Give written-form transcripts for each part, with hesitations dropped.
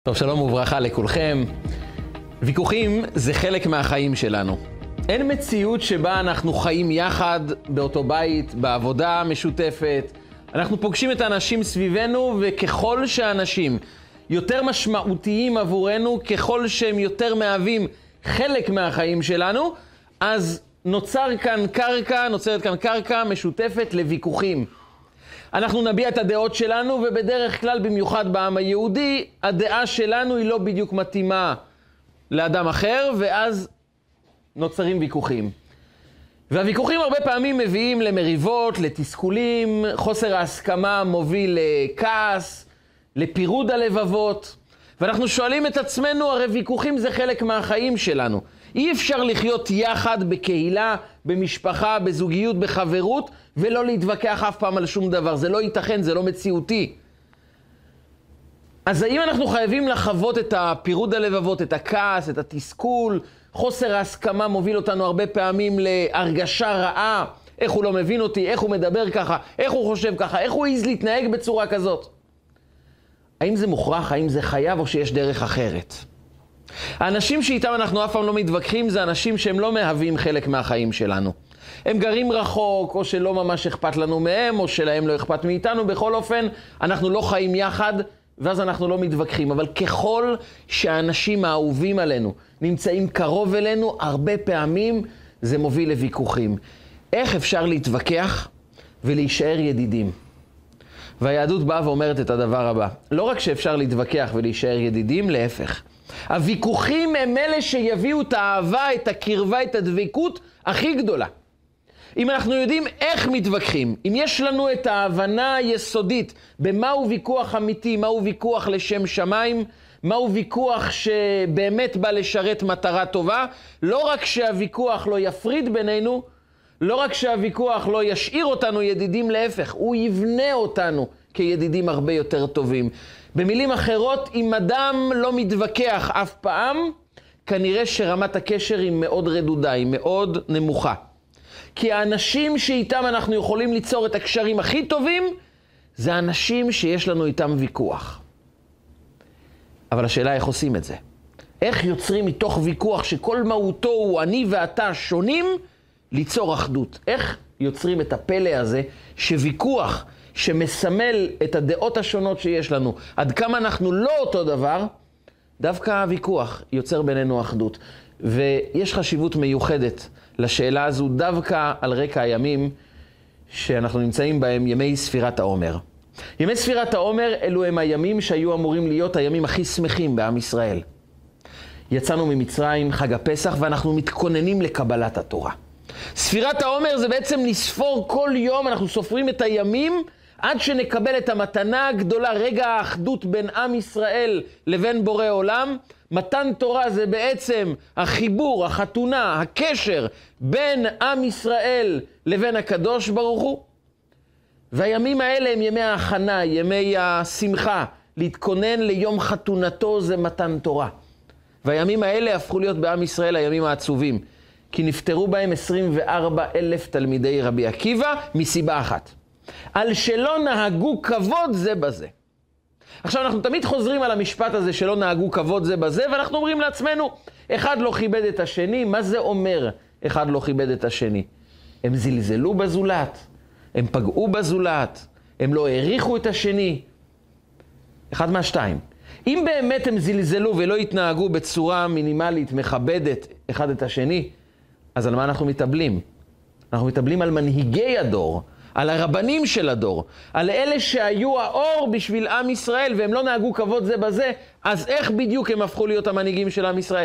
טוב, שלום וברכה לכולכם. ויכוחים זה חלק מהחיים שלנו. אין מציאות שבה אנחנו חיים יחד באותו בית, בעבודה משותפת. אנחנו פוגשים את האנשים סביבנו, וככל שהאנשים יותר משמעותיים עבורנו, ככל שהם יותר מהווים חלק מהחיים שלנו, אז נוצרת כאן קרקע משותפת לוויכוחים. אנחנו נביע את הדעות שלנו, ובדרך כלל, במיוחד בעם היהודי, הדעה שלנו היא לא בדיוק מתאימה לאדם אחר, ואז נוצרים ויכוחים. והוויכוחים הרבה פעמים מביאים למריבות, לתסכולים, חוסר ההסכמה מוביל לכעס, לפירוד הלבבות. ואנחנו שואלים את עצמנו, הרי ויכוחים זה חלק מהחיים שלנו. אי אפשר לחיות יחד בקהילה, במשפחה, בזוגיות, בחברות, ולא להתווכח אף פעם על שום דבר. זה לא ייתכן, זה לא מציאותי. אז האם אנחנו חייבים לחוות את הפירוד הלבבות, את הכעס, את התסכול? חוסר ההסכמה מוביל אותנו הרבה פעמים להרגשה רעה. איך הוא לא מבין אותי, איך הוא מדבר ככה, איך הוא חושב ככה, איך הוא העז להתנהג בצורה כזאת. האם זה מוכרח, האם זה חייב, או שיש דרך אחרת? האנשים שאיתם אנחנו אף פעם לא מתווכחים זה אנשים שהם לא מהווים חלק מהחיים שלנו. הם גרים רחוק, או שלא ממש אכפת לנו מהם, או שלהם לא אכפת מאיתנו. בכל אופן, אנחנו לא חיים יחד, ואז אנחנו לא מתווכחים. אבל ככל שהאנשים האהובים עלינו נמצאים קרוב אלינו, הרבה פעמים זה מוביל לוויכוחים. איך אפשר להתווכח ולהישאר ידידים? והיהדות באה ואומרת את הדבר הבא. לא רק שאפשר להתווכח ולהישאר ידידים, להפך. הוויכוחים הם אלה שיביאו את האהבה, את הקרבה, את הדבקות הכי גדולה. אם אנחנו יודעים איך מתווכחים, אם יש לנו את ההבנה היסודית במהו ויכוח אמיתי, מהו ויכוח לשם שמיים, מהו ויכוח שבאמת בא לשרת מטרה טובה, לא רק שהוויכוח לא יפריד בינינו, לא רק שהוויכוח לא ישאיר אותנו ידידים, להפך, הוא יבנה אותנו כידידים הרבה יותר טובים. במילים אחרות, אם אדם לא מתווכח אף פעם, כנראה שרמת הקשר היא מאוד רדודה, היא מאוד נמוכה. כי האנשים שאיתם אנחנו יכולים ליצור את הקשרים הכי טובים, זה האנשים שיש לנו איתם ויכוח. אבל השאלה איך עושים את זה? איך יוצרים מתוך ויכוח שכל מהותו הוא אני ואתה שונים, ליצור אחדות? איך יוצרים את הפלא הזה שוויכוח שמסמל את הדעות השונות שיש לנו, עד כמה אנחנו לא אותו דבר, דווקא הוויכוח יוצר בינינו אחדות. ויש חשיבות מיוחדת לשאלה הזו דווקא על רקע הימים שאנחנו נמצאים בהם, ימי ספירת העומר. ימי ספירת העומר אלו הם הימים שהיו אמורים להיות הימים הכי שמחים בעם ישראל. יצאנו ממצרים, חג הפסח, ואנחנו מתכוננים לקבלת התורה. ספירת העומר זה בעצם לספור כל יום, אנחנו סופרים את הימים עד שנקבל את המתנה הגדולה, רגע האחדות בין עם ישראל לבין בורא עולם. מתן תורה זה בעצם החיבור, החתונה, הקשר בין עם ישראל לבין הקדוש ברוך הוא. והימים האלה הם ימי ההכנה, ימי השמחה. להתכונן ליום חתונתו זה מתן תורה. והימים האלה הפכו להיות בעם ישראל הימים העצובים. כי נפטרו בהם 24,000 תלמידי רבי עקיבא מסיבה אחת. על שלא נהגו כבוד זה בזה. עכשיו אנחנו תמיד חוזרים על המשפט הזה שלא נהגו כבוד זה בזה, ואנחנו אומרים לעצמנו, אחד לא כיבד את השני. מה זה אומר אחד לא כיבד את השני? הם זלזלו בזולת, הם פגעו בזולת, הם לא העריכו את השני. אחד מהשתיים. אם באמת הם זלזלו ולא התנהגו בצורה מינימלית, מכבדת אחד את השני, אז על מה אנחנו מתאבלים? אנחנו מתאבלים על מנהיגי הדור, על הרבנים של הדור, על אלה שהיו האור בשביל עם ישראל, והם לא נהגו כבוד זה בזה, אז איך בדיוק הם הפכו להיות המנהיגים של עם ישראל?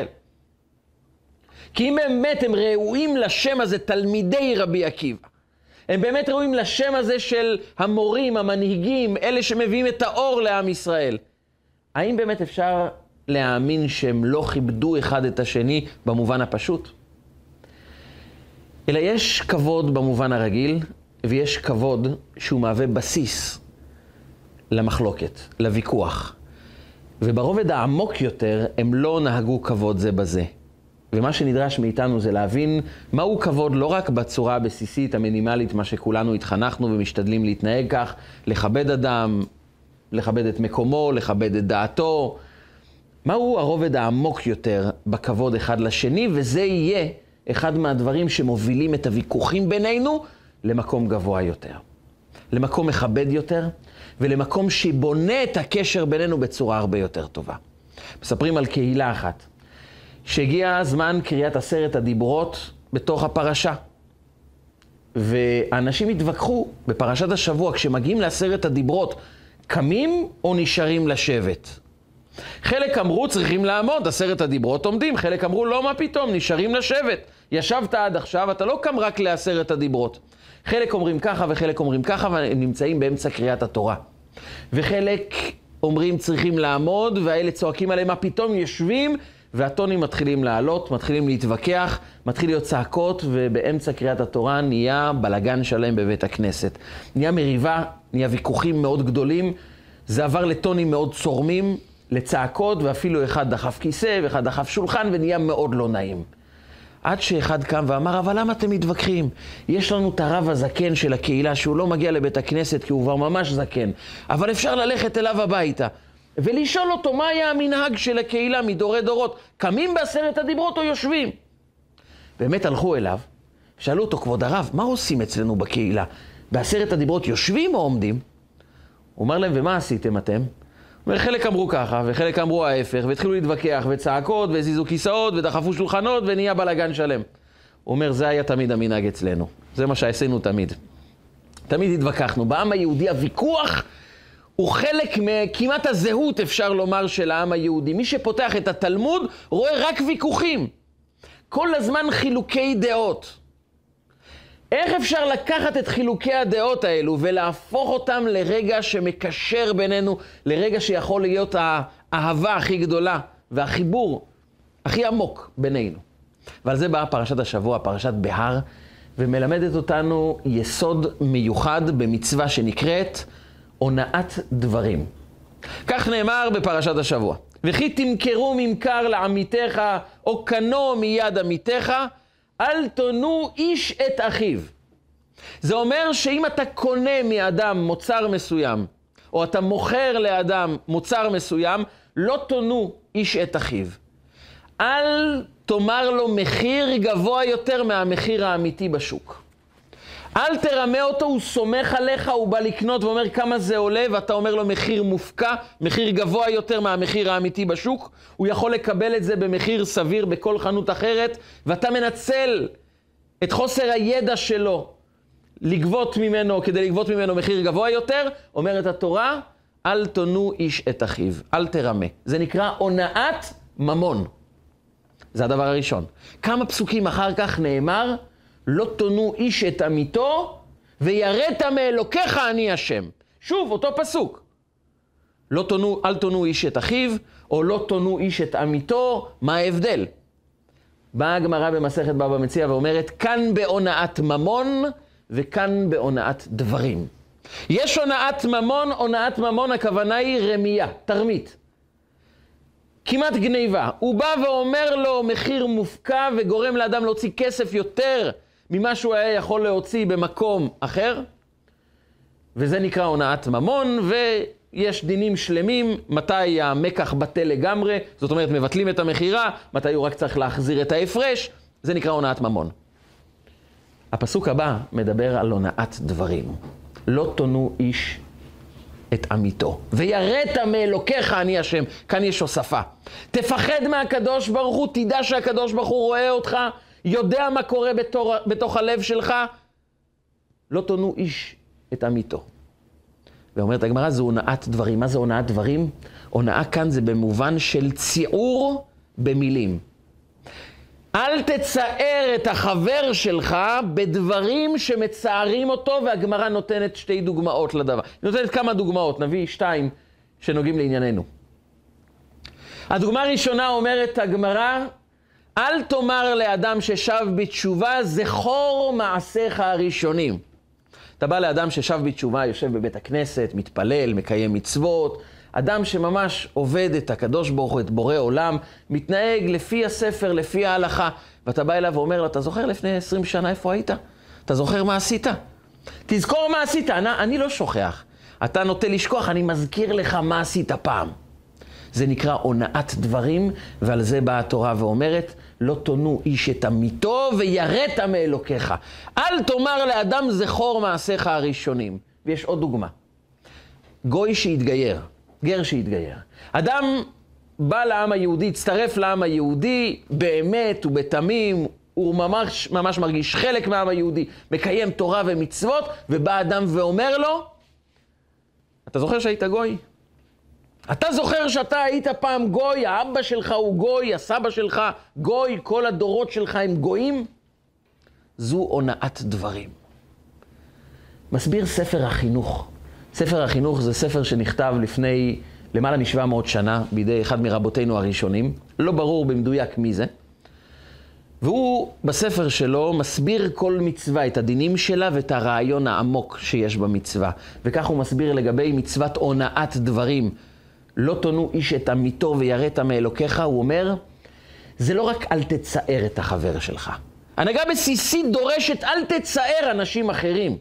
כי אם באמת הם ראויים לשם הזה, תלמידי רבי עקיבא, הם באמת ראויים לשם הזה של המורים, המנהיגים, אלה שמביאים את האור לעם ישראל, האם באמת אפשר להאמין שהם לא כיבדו אחד את השני במובן הפשוט? אלא יש כבוד במובן הרגיל, ויש כבוד שהוא מהווה בסיס למחלוקת, לוויכוח. וברובד העמוק יותר, הם לא נהגו כבוד זה בזה. ומה שנדרש מאיתנו זה להבין מהו כבוד לא רק בצורה הבסיסית, המינימלית, מה שכולנו התחנכנו ומשתדלים להתנהג כך, לכבד אדם, לכבד את מקומו, לכבד את דעתו, מהו הרובד העמוק יותר בכבוד אחד לשני, וזה יהיה אחד מהדברים שמובילים את הוויכוחים בינינו למקום גבוה יותר, למקום מכבד יותר, ולמקום שבונה את הקשר בינינו בצורה הרבה יותר טובה. מספרים על קהילה אחת, שהגיע זמן קריאת 10 הדיברות בתוך הפרשה. ואנשים התווכחו בפרשת השבוע, כשמגיעים ל10 הדיברות, קמים או נשארים לשבת? חלק אמרו צריכים לעמוד, 10 הדיברות עומדים, חלק אמרו לא, מה פתאום, נשארים לשבת. ישבת עד עכשיו, אתה לא קם רק ל10 הדיברות. חלק אומרים ככה וחלק אומרים ככה, והם נמצאים באמצע קריאת התורה. וחלק אומרים צריכים לעמוד, והאלה צועקים עליהם, מה פתאום, יושבים, והטונים מתחילים לעלות, מתחילים להתווכח, מתחיל להיות צעקות, ובאמצע קריאת התורה נהיה בלגן שלם בבית הכנסת. נהיה מריבה, נהיה ויכוחים מאוד גדולים, זה עבר לטונים מאוד צורמים, לצעקות, ואפילו אחד דחף כיסא ואחד דחף שולחן, ונהיה מאוד לא נעים. עד שאחד קם ואמר, אבל למה אתם מתווכחים? יש לנו את הרב הזקן של הקהילה, שהוא לא מגיע לבית הכנסת כי הוא כבר ממש זקן, אבל אפשר ללכת אליו הביתה, ולשאול אותו מה היה המנהג של הקהילה מדורי דורות, קמים ב10 הדיברות או יושבים? באמת הלכו אליו, שאלו אותו, כבוד הרב, מה עושים אצלנו בקהילה? ב10 הדיברות יושבים או עומדים? הוא אומר להם, ומה עשיתם אתם? וחלק אמרו ככה, וחלק אמרו ההפך, והתחילו להתווכח, וצעקות, והזיזו כיסאות, ודחפו שולחנות, ונהיה בלגן שלם. הוא אומר, זה היה תמיד המנהג אצלנו. זה מה שעשינו תמיד. תמיד התווכחנו. בעם היהודי הוויכוח הוא חלק מכמעט הזהות, אפשר לומר, של העם היהודי. מי שפותח את התלמוד רואה רק ויכוחים. כל הזמן חילוקי דעות. איך אפשר לקחת את חילוקי הדעות האלו ולהפוך אותם לרגע שמקשר בינינו, לרגע שיכול להיות האהבה הכי גדולה והחיבור הכי עמוק בינינו? ועל זה באה פרשת השבוע, פרשת בהר, ומלמדת אותנו יסוד מיוחד במצווה שנקראת הונאת דברים. כך נאמר בפרשת השבוע, וכי תמכרו ממכר לעמיתך או קנו מיד עמיתך, אל תונו איש את אחיו. זה אומר שאם אתה קונה מאדם מוצר מסוים, או אתה מוכר לאדם מוצר מסוים, לא תונו איש את אחיו. אל תאמר לו מחיר גבוה יותר מהמחיר האמיתי בשוק. אל תרמה אותו, הוא סומך עליך, הוא בא לקנות ואומר כמה זה עולה, ואתה אומר לו מחיר מופקע, מחיר גבוה יותר מהמחיר האמיתי בשוק. הוא יכול לקבל את זה במחיר סביר בכל חנות אחרת, ואתה מנצל את חוסר הידע שלו לגבות ממנו, כדי לגבות ממנו מחיר גבוה יותר. אומרת התורה, אל תונו איש את אחיו, אל תרמה. זה נקרא הונאת ממון. זה הדבר הראשון. כמה פסוקים אחר כך נאמר, לא תונו איש את עמיתו, ויראת מאלוקיך אני השם. שוב, אותו פסוק. אל תונו איש את אחיו, או לא תונו איש את עמיתו. מה ההבדל? באה הגמרא במסכת בבא מציעא ואומרת, כאן בהונאת ממון, וכאן בהונאת דברים. יש הונאת ממון הכוונה היא רמייה, תרמית. כמעט גניבה. הוא בא ואומר לו מחיר מופקע, וגורם לאדם להוציא כסף יותר ממה שהוא היה יכול להוציא במקום אחר, וזה נקרא הונאת ממון. ויש דינים שלמים מתי המקח בטל לגמרי, זאת אומרת מבטלים את המחירה, מתי הוא רק צריך להחזיר את ההפרש, זה נקרא הונאת ממון. הפסוק הבא מדבר על הונאת דברים. לא תונו איש את עמיתו, ויראת מאלוקיך אני השם. כאן יש הוספה. תפחד מהקדוש ברוך הוא, תדע שהקדוש ברוך הוא רואה אותך, יודע מה קורה בתוך הלב שלך. לא תונו איש את עמיתו. ואומרת הגמרא, זו הונאת דברים. מה זה הונאת דברים? הונאה כאן זה במובן של ציעור במילים. אל תצער את החבר שלך בדברים שמצערים אותו, והגמרא נותנת 2 דוגמאות לדבר. היא נותנת כמה דוגמאות, נביא 2 שנוגעים לענייננו. הדוגמה הראשונה אומרת הגמרא, אל תאמר לאדם ששב בתשובה, זכור מעשיך הראשונים. אתה בא לאדם ששב בתשובה, יושב בבית הכנסת, מתפלל, מקיים מצוות, אדם שממש עובד את הקדוש ברוך הוא, את בורא עולם, מתנהג לפי הספר, לפי ההלכה, ואתה בא אליו ואומר לו, אתה זוכר לפני 20 שנה איפה היית? אתה זוכר מה עשית? תזכור מה עשית, אני לא שוכח. אתה נוטה לשכוח, אני מזכיר לך מה עשית פעם. זה נקרא הונאת דברים, ועל זה באה התורה ואומרת, לא תונו איש את עמיתו ויראת מאלוקיך. אל תאמר לאדם זכור מעשיך הראשונים. ויש עוד דוגמה. גוי שהתגייר, גר שהתגייר. אדם בא לעם היהודי, הצטרף לעם היהודי, באמת ובתמים, הוא ממש מרגיש חלק מהעם היהודי, מקיים תורה ומצוות, ובא אדם ואומר לו, אתה זוכר שהיית גוי? אתה זוכר שאתה היית פעם גוי, האבא שלך הוא גוי, הסבא שלך גוי, כל הדורות שלך הם גויים? זו הונאת דברים. מסביר ספר החינוך. ספר החינוך זה ספר שנכתב לפני למעלה מ-700 שנה, בידי אחד מרבותינו הראשונים. לא ברור במדויק מי זה. והוא בספר שלו מסביר כל מצווה, את הדינים שלה ואת הרעיון העמוק שיש במצווה. וכך הוא מסביר לגבי מצוות הונאת דברים. לא תונו איש את עמיתו ויראת מאלוקיך, הוא אומר, זה לא רק אל תצער את החבר שלך. הנהגה בסיסית דורשת אל תצער אנשים אחרים.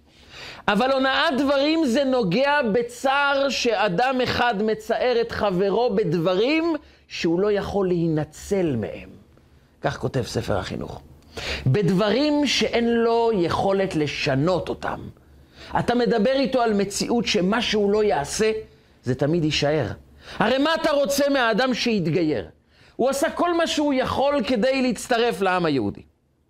אבל הונאת דברים זה נוגע בצער שאדם אחד מצער את חברו בדברים שהוא לא יכול להינצל מהם. כך כותב ספר החינוך. בדברים שאין לו יכולת לשנות אותם. אתה מדבר איתו על מציאות שמה שהוא לא יעשה, זה תמיד יישאר. הרי מה אתה רוצה מהאדם שהתגייר? הוא עשה כל מה שהוא יכול כדי להצטרף לעם היהודי.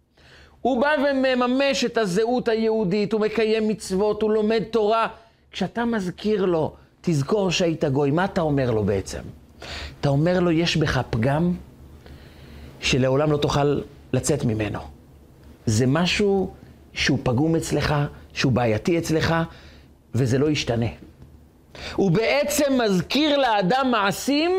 הוא בא ומממש את הזהות היהודית, הוא מקיים מצוות, הוא לומד תורה. כשאתה מזכיר לו, תזכור שהיית גוי, מה אתה אומר לו בעצם? אתה אומר לו, יש בך פגם שלעולם לא תוכל לצאת ממנו. זה משהו שהוא פגום אצלך, שהוא בעייתי אצלך, וזה לא ישתנה. הוא בעצם מזכיר לאדם מעשים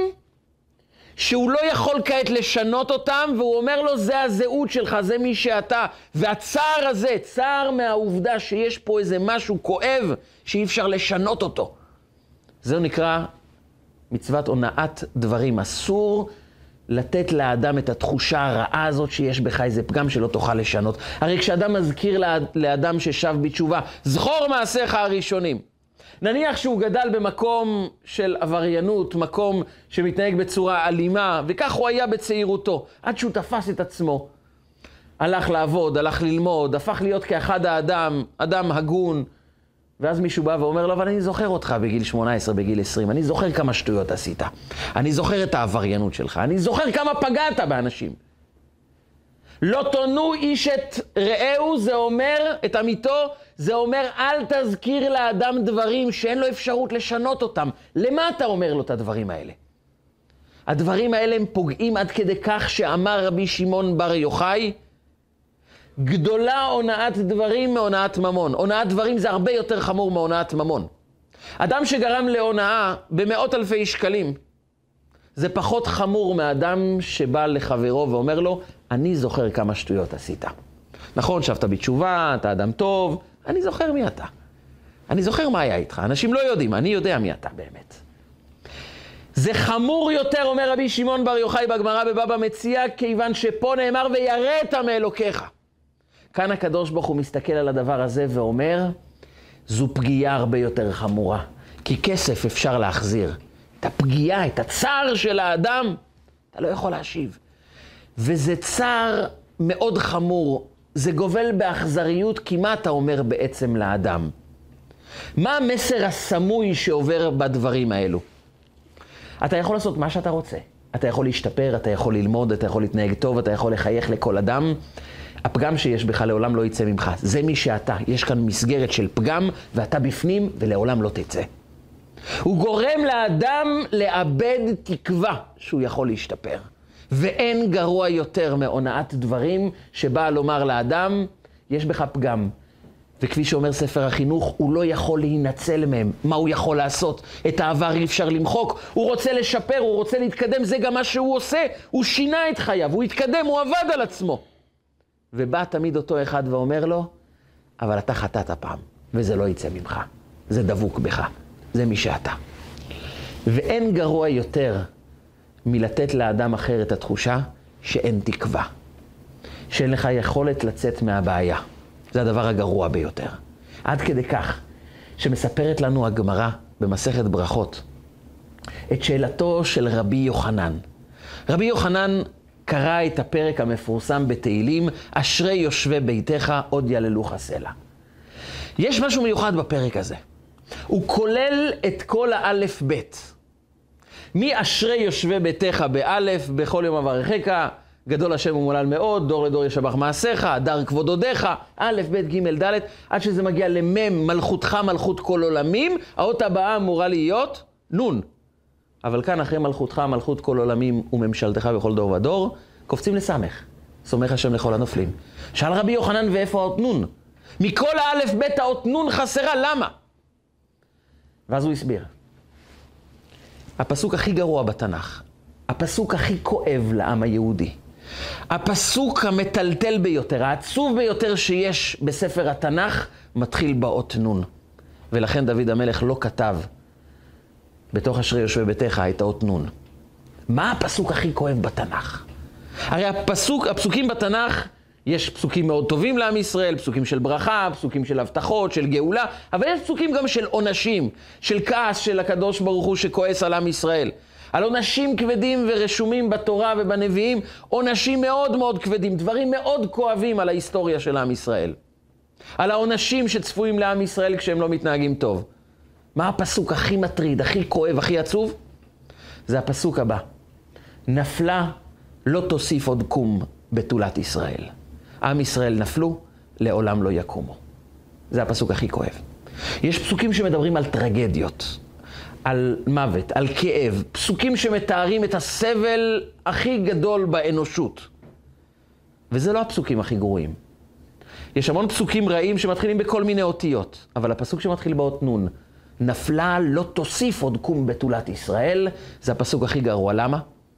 שהוא לא יכול כעת לשנות אותם, והוא אומר לו, זה הזהות שלך, זה מי שאתה. והצער הזה, צער מהעובדה שיש פה איזה משהו כואב שאי אפשר לשנות אותו. זה נקרא מצוות הונאת דברים. אסור לתת לאדם את התחושה הרעה הזאת שיש בך איזה פגם שלא תוכל לשנות. הרי כשאדם מזכיר לאדם ששב בתשובה, זכור מעשיך הראשונים. נניח שהוא גדל במקום של עבריינות, מקום שמתנהג בצורה אלימה, וכך הוא היה בצעירותו, עד שהוא תפס את עצמו. הלך לעבוד, הלך ללמוד, הפך להיות כאחד האדם, אדם הגון. ואז מישהו בא ואומר לו, אבל אני זוכר אותך בגיל 18, בגיל 20, אני זוכר כמה שטויות עשית. אני זוכר את העבריינות שלך, אני זוכר כמה פגעת באנשים. לא תונו איש את רעהו, זה אומר, את עמיתו, זה אומר, אל תזכיר לאדם דברים שאין לו אפשרות לשנות אותם. למה אתה אומר לו את הדברים האלה? הדברים האלה הם פוגעים עד כדי כך שאמר רבי שמעון בר יוחאי, גדולה הונאת דברים מהונאת ממון. הונאת דברים זה הרבה יותר חמור מהונאת ממון. אדם שגרם להונאה במאות אלפי שקלים, זה פחות חמור מאדם שבא לחברו ואומר לו, אני זוכר כמה שטויות עשית. נכון, שבת בתשובה, אתה אדם טוב, אני זוכר מי אתה. אני זוכר מה היה איתך. אנשים לא יודעים, אני יודע מי אתה באמת. זה חמור יותר, אומר רבי שמעון בר יוחאי בגמרא בבבא מציעא, כיוון שפה נאמר ויראת מאלוקיך. כאן הקדוש ברוך הוא מסתכל על הדבר הזה ואומר, זו פגיעה הרבה יותר חמורה. כי כסף אפשר להחזיר. את הפגיעה, את הצער של האדם, אתה לא יכול להשיב. וזה צער מאוד חמור. זה גובל באכזריות, כי מה אתה אומר בעצם לאדם? מה המסר הסמוי שעובר בדברים האלו? אתה יכול לעשות מה שאתה רוצה. אתה יכול להשתפר, אתה יכול ללמוד, אתה יכול להתנהג טוב, אתה יכול לחייך לכל אדם. הפגם שיש בך לעולם לא יצא ממך. זה מי שאתה. יש כאן מסגרת של פגם, ואתה בפנים ולעולם לא תצא. הוא גורם לאדם לאבד תקווה שהוא יכול להשתפר. ואין גרוע יותר מהונאת דברים שבא לומר לאדם, יש בך פגם. וכפי שאומר ספר החינוך, הוא לא יכול להינצל מהם. מה הוא יכול לעשות? את העבר אי אפשר למחוק. הוא רוצה לשפר, הוא רוצה להתקדם, זה גם מה שהוא עושה. הוא שינה את חייו, הוא התקדם, הוא עבד על עצמו. ובא תמיד אותו אחד ואומר לו, אבל אתה חטאת פעם, וזה לא יצא ממך. זה דבוק בך. זה מי שאתה. ואין גרוע יותר מלתת לאדם אחר את התחושה שאין תקווה. שאין לך יכולת לצאת מהבעיה. זה הדבר הגרוע ביותר. עד כדי כך שמספרת לנו הגמרא במסכת ברכות, את שאלתו של רבי יוחנן. רבי יוחנן קרא את הפרק המפורסם בתהילים, אשרי יושבי ביתך עוד יללוך סלע. יש משהו מיוחד בפרק הזה. הוא כולל את כל האלף בית. מי אשרי יושבי ביתך באלף, בכל יום אברכך, גדול השם ומולל מאוד, דור לדור ישבח מעשיך, הדר כבוד הודיך, א', ב', ג', ד', עד שזה מגיע למם, מלכותך מלכות כל עולמים, האות הבאה אמורה להיות נון. אבל כאן אחרי מלכותך מלכות כל עולמים וממשלתך בכל דור ודור, קופצים לסמך, סומך השם לכל הנופלים. שאל רבי יוחנן ואיפה האות נון? מכל האלף בית האות נון חסרה, למה? ואז הוא הסביר. הפסוק הכי גרוע בתנ"ך, הפסוק הכי כואב לעם היהודי, הפסוק המטלטל ביותר, העצוב ביותר שיש בספר התנ"ך, מתחיל באות נון. ולכן דוד המלך לא כתב בתוך אשרי יושבי ביתך את האות נון. מה הפסוק הכי כואב בתנ"ך? הרי הפסוקים בתנ"ך, יש פסוקים מאוד טובים לעם ישראל, פסוקים של ברכה, פסוקים של הבטחות, של גאולה, אבל יש פסוקים גם של עונשים, של כעס של הקדוש ברוך הוא שכועס על עם ישראל. על עונשים כבדים ורשומים בתורה ובנביאים, עונשים מאוד מאוד כבדים, דברים מאוד כואבים על ההיסטוריה של עם ישראל. על העונשים שצפויים לעם ישראל כשהם לא מתנהגים טוב. מה הפסוק הכי מטריד, הכי כואב, הכי עצוב? זה הפסוק הבא. נפלה לא תוסיף עוד קום בתולת ישראל. עם ישראל נפלו, לעולם לא יקומו. זה הפסוק הכי כואב. יש פסוקים שמדברים על טרגדיות, על מוות, על כאב, פסוקים שמתארים את הסבל הכי גדול באנושות. וזה לא הפסוקים הכי גרועים. יש המון פסוקים רעים שמתחילים בכל מיני אותיות, אבל הפסוק שמתחיל באות נון, נפלה לא תוסיף עוד קום בתולת ישראל, זה הפסוק הכי גרוע. למה?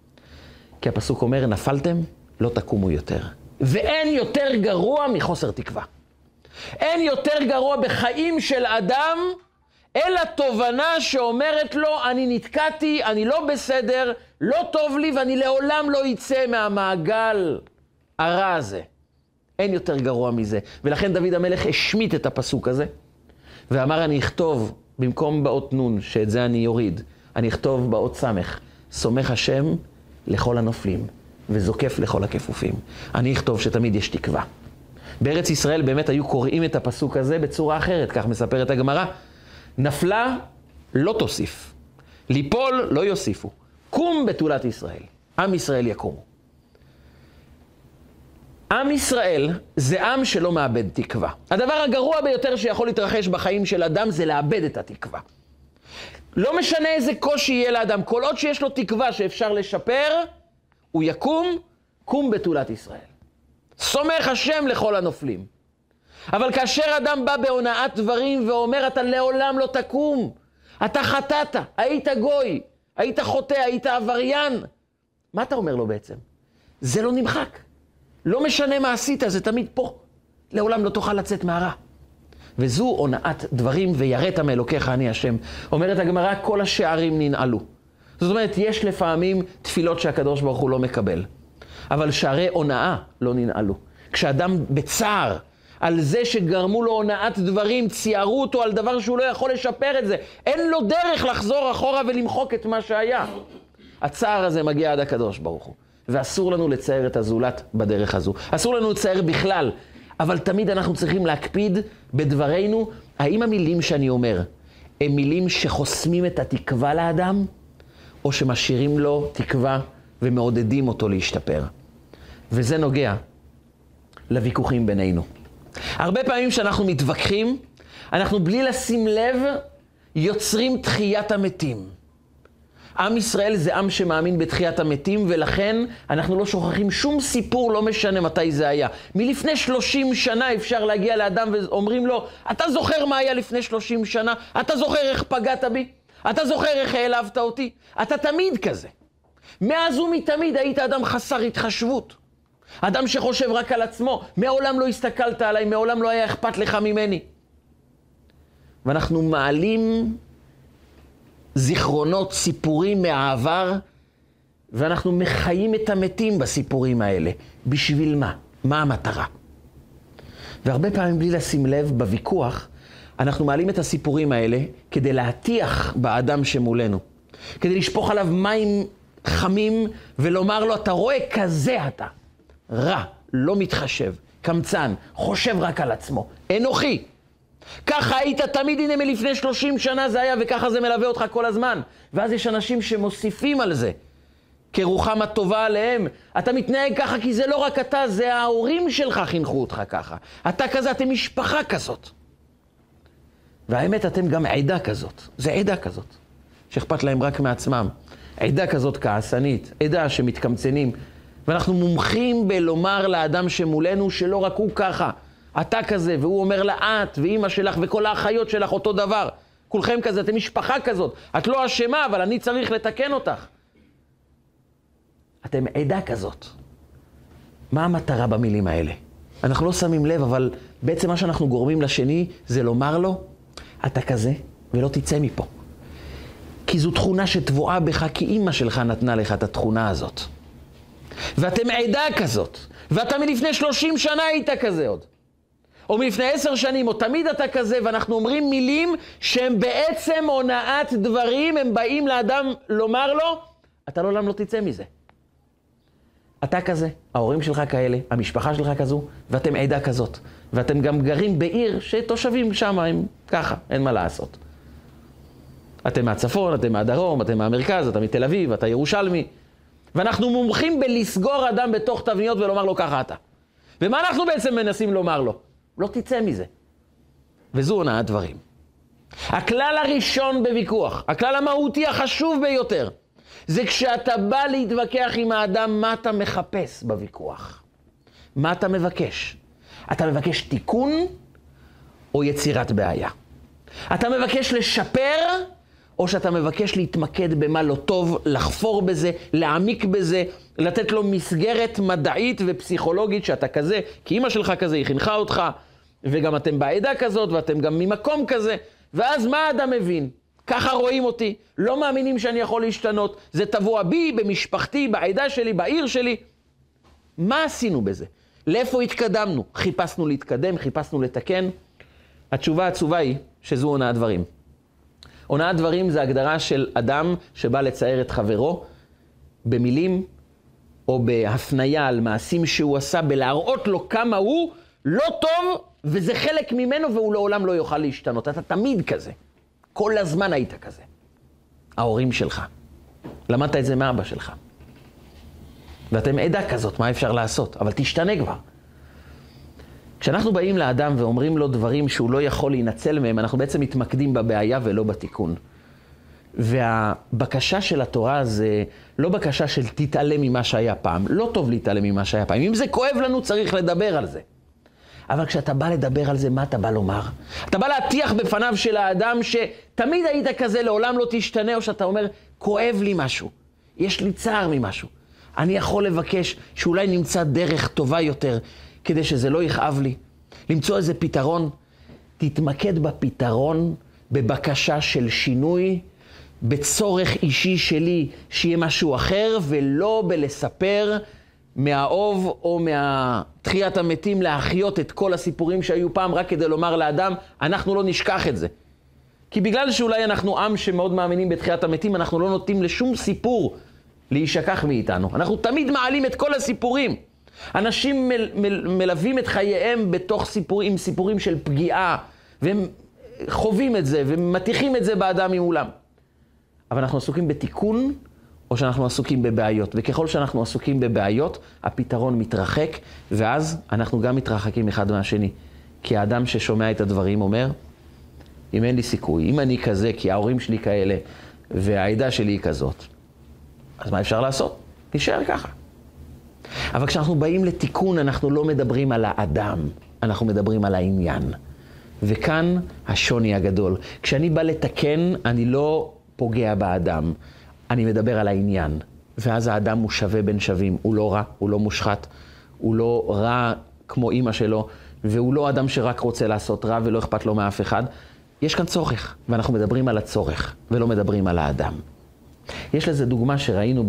כי הפסוק אומר, נפלתם, לא תקומו יותר. ואין יותר גרוע מחוסר תקווה. אין יותר גרוע בחיים של אדם, אלא תובנה שאומרת לו, אני נתקעתי, אני לא בסדר, לא טוב לי, ואני לעולם לא יצא מהמעגל הרע הזה. אין יותר גרוע מזה. ולכן דוד המלך השמיט את הפסוק הזה, ואמר, אני אכתוב במקום באות נון, שאת זה אני יוריד, אני אכתוב באות סמך, סומך השם לכל הנופלים, וזוקף לכל הכפופים. אני אכתוב שתמיד יש תקווה. בארץ ישראל באמת היו קוראים את הפסוק הזה בצורה אחרת, כך מספרת הגמרא. נפלה לא תוסיף, ליפול לא יוסיפו, קום בתולת ישראל, עם ישראל יקומו. עם ישראל זה עם שלא מאבד תקווה. הדבר הגרוע ביותר שיכול להתרחש בחיים של אדם זה לאבד את התקווה. לא משנה איזה קושי יהיה לאדם, כל עוד שיש לו תקווה שאפשר לשפר, הוא יקום, קום בתולת ישראל. סומך השם לכל הנופלים. אבל כאשר אדם בא בהונאת דברים ואומר, אתה לעולם לא תקום, אתה חטאת, היית גוי, היית חוטא, היית עבריין, מה אתה אומר לו בעצם? זה לא נמחק. לא משנה מה עשית, זה תמיד פה. לעולם לא תוכל לצאת מהרע. וזו הונאת דברים, ויראת מאלוקיך אני השם. אומרת הגמרא, כל השערים ננעלו. זאת אומרת, יש לפעמים תפילות שהקדוש ברוך הוא לא מקבל. אבל שערי הונאה לא ננעלו. כשאדם בצער על זה שגרמו לו הונאת דברים, ציירו אותו על דבר שהוא לא יכול לשפר את זה, אין לו דרך לחזור אחורה ולמחוק את מה שהיה. הצער הזה מגיע עד הקדוש ברוך הוא. ואסור לנו לצייר את הזולת בדרך הזו. אסור לנו לצייר בכלל, אבל תמיד אנחנו צריכים להקפיד בדברינו, האם המילים שאני אומר, הם מילים שחוסמים את התקווה לאדם, או שמשאירים לו תקווה ומעודדים אותו להשתפר. וזה נוגע לוויכוחים בינינו. הרבה פעמים שאנחנו מתווכחים, אנחנו בלי לשים לב יוצרים תחיית המתים. עם ישראל זה עם שמאמין בתחיית המתים, ולכן אנחנו לא שוכחים שום סיפור, לא משנה מתי זה היה. מלפני 30 שנה אפשר להגיע לאדם ואומרים לו, אתה זוכר מה היה לפני 30 שנה? אתה זוכר איך פגעת בי? אתה זוכר איך העלבת אותי? אתה תמיד כזה. מאז ומתמיד היית אדם חסר התחשבות. אדם שחושב רק על עצמו, מעולם לא הסתכלת עליי, מעולם לא היה אכפת לך ממני. ואנחנו מעלים זיכרונות, סיפורים מהעבר, ואנחנו מחיים את המתים בסיפורים האלה. בשביל מה? מה המטרה? והרבה פעמים בלי לשים לב בוויכוח, אנחנו מעלים את הסיפורים האלה כדי להטיח באדם שמולנו. כדי לשפוך עליו מים חמים ולומר לו, אתה רואה, כזה אתה. רע, לא מתחשב, קמצן, חושב רק על עצמו, אנוכי. ככה היית תמיד, הנה מלפני 30 שנה זה היה, וככה זה מלווה אותך כל הזמן. ואז יש אנשים שמוסיפים על זה, כרוחם הטובה עליהם. אתה מתנהג ככה כי זה לא רק אתה, זה ההורים שלך חינכו אותך ככה. אתה כזה, אתם משפחה כזאת. והאמת, אתם גם עדה כזאת. זה עדה כזאת, שאכפת להם רק מעצמם. עדה כזאת כעסנית, עדה שמתקמצנים. ואנחנו מומחים בלומר לאדם שמולנו שלא רק הוא ככה. אתה כזה, והוא אומר לה, את ואמא שלך וכל האחיות שלך אותו דבר. כולכם כזה, אתם משפחה כזאת. את לא אשמה, אבל אני צריך לתקן אותך. אתם עדה כזאת. מה המטרה במילים האלה? אנחנו לא שמים לב, אבל בעצם מה שאנחנו גורמים לשני זה לומר לו, אתה כזה ולא תצא מפה. כי זו תכונה שטבועה בך, כי אמא שלך נתנה לך את התכונה הזאת. ואתם עדה כזאת. ואתה מלפני 30 שנה היית כזה עוד. או מלפני 10 שנים, או תמיד אתה כזה, ואנחנו אומרים מילים שהם בעצם הונאת דברים, הם באים לאדם לומר לו, אתה לעולם לא תצא מזה. אתה כזה, ההורים שלך כאלה, המשפחה שלך כזו, ואתם עדה כזאת. ואתם גם גרים בעיר שתושבים שם הם ככה, אין מה לעשות. אתם מהצפון, אתם מהדרום, אתם מהמרכז, אתם מתל אביב, אתה ירושלמי. ואנחנו מומחים בלסגור אדם בתוך תבניות ולומר לו ככה אתה. ומה אנחנו בעצם מנסים לומר לו? לא תצא מזה. וזו הונאת דברים. הכלל הראשון בוויכוח, הכלל המהותי החשוב ביותר, זה כשאתה בא להתווכח עם האדם, מה אתה מחפש בוויכוח? מה אתה מבקש? אתה מבקש תיקון או יצירת בעיה? אתה מבקש לשפר או שאתה מבקש להתמקד במה לא טוב, לחפור בזה, להעמיק בזה, לתת לו מסגרת מדעית ופסיכולוגית שאתה כזה, כי אמא שלך כזה, היא חינכה אותך, וגם אתם בעדה כזאת, ואתם גם ממקום כזה, ואז מה האדם מבין? ככה רואים אותי, לא מאמינים שאני יכול להשתנות, זה טבוע בי, במשפחתי, בעדה שלי, בעיר שלי. מה עשינו בזה? לאיפה התקדמנו? חיפשנו להתקדם, חיפשנו לתקן? התשובה העצובה היא שזו הונאת דברים. הונאת דברים זה הגדרה של אדם שבא לצייר את חברו במילים או בהפניה על מעשים שהוא עשה, בלהראות לו כמה הוא לא טוב וזה חלק ממנו והוא לעולם לא יוכל להשתנות. אתה תמיד כזה. כל הזמן היית כזה. ההורים שלך. למדת את זה מאבא שלך. ואתם עדה כזאת, מה אפשר לעשות? אבל תשתנה כבר. כשאנחנו באים לאדם ואומרים לו דברים שהוא לא יכול להינצל מהם, אנחנו בעצם מתמקדים בבעיה ולא בתיקון. והבקשה של התורה זה לא בקשה של תתעלם ממה שהיה פעם. לא טוב להתעלם ממה שהיה פעם. אם זה כואב לנו, צריך לדבר על זה. אבל כשאתה בא לדבר על זה, מה אתה בא לומר? אתה בא להטיח בפניו של האדם שתמיד היית כזה, לעולם לא תשתנה, או שאתה אומר, כואב לי משהו. יש לי צער ממשהו. אני יכול לבקש שאולי נמצא דרך טובה יותר, כדי שזה לא יכאב לי. למצוא איזה פתרון. תתמקד בפתרון, בבקשה של שינוי, בצורך אישי שלי שיהיה משהו אחר, ולא בלספר מהאוב או מהתחיית המתים להחיות את כל הסיפורים שהיו פעם, רק כדי לומר לאדם, אנחנו לא נשכח את זה. כי בגלל שאולי אנחנו עם שמאוד מאמינים בתחיית המתים, אנחנו לא נוטים לשום סיפור להישכח מאיתנו. אנחנו תמיד מעלים את כל הסיפורים. אנשים מלווים את חייהם בתוך סיפורים של פגיעה, והם חווים את זה ומתיחים את זה באדם ממולם. אבל אנחנו עסוקים בתיקון, או שאנחנו עסוקים בבעיות. וככל שאנחנו עסוקים בבעיות, הפתרון מתרחק, ואז אנחנו גם מתרחקים אחד מהשני. כי האדם ששומע את הדברים אומר, אם אין לי סיכוי, אם אני כזה, כי ההורים שלי כאלה, והעדה שלי היא כזאת, אז מה אפשר לעשות? נשאר ככה. אבל כשאנחנו באים לתיקון, אנחנו לא מדברים על האדם, אנחנו מדברים על העניין. וכאן השוני הגדול. כשאני בא לתקן, אני לא פוגע באדם, אני מדבר על העניין. ואז האדם הוא שווה בין שווים, הוא לא רע, הוא לא מושחת, הוא לא רע כמו אמא שלו, והוא לא אדם שרק רוצה לעשות רע ולא אכפת לו מאף אחד. יש כאן צורך, ואנחנו מדברים על הצורך, ולא מדברים על האדם. יש לזה דוגמה שראינו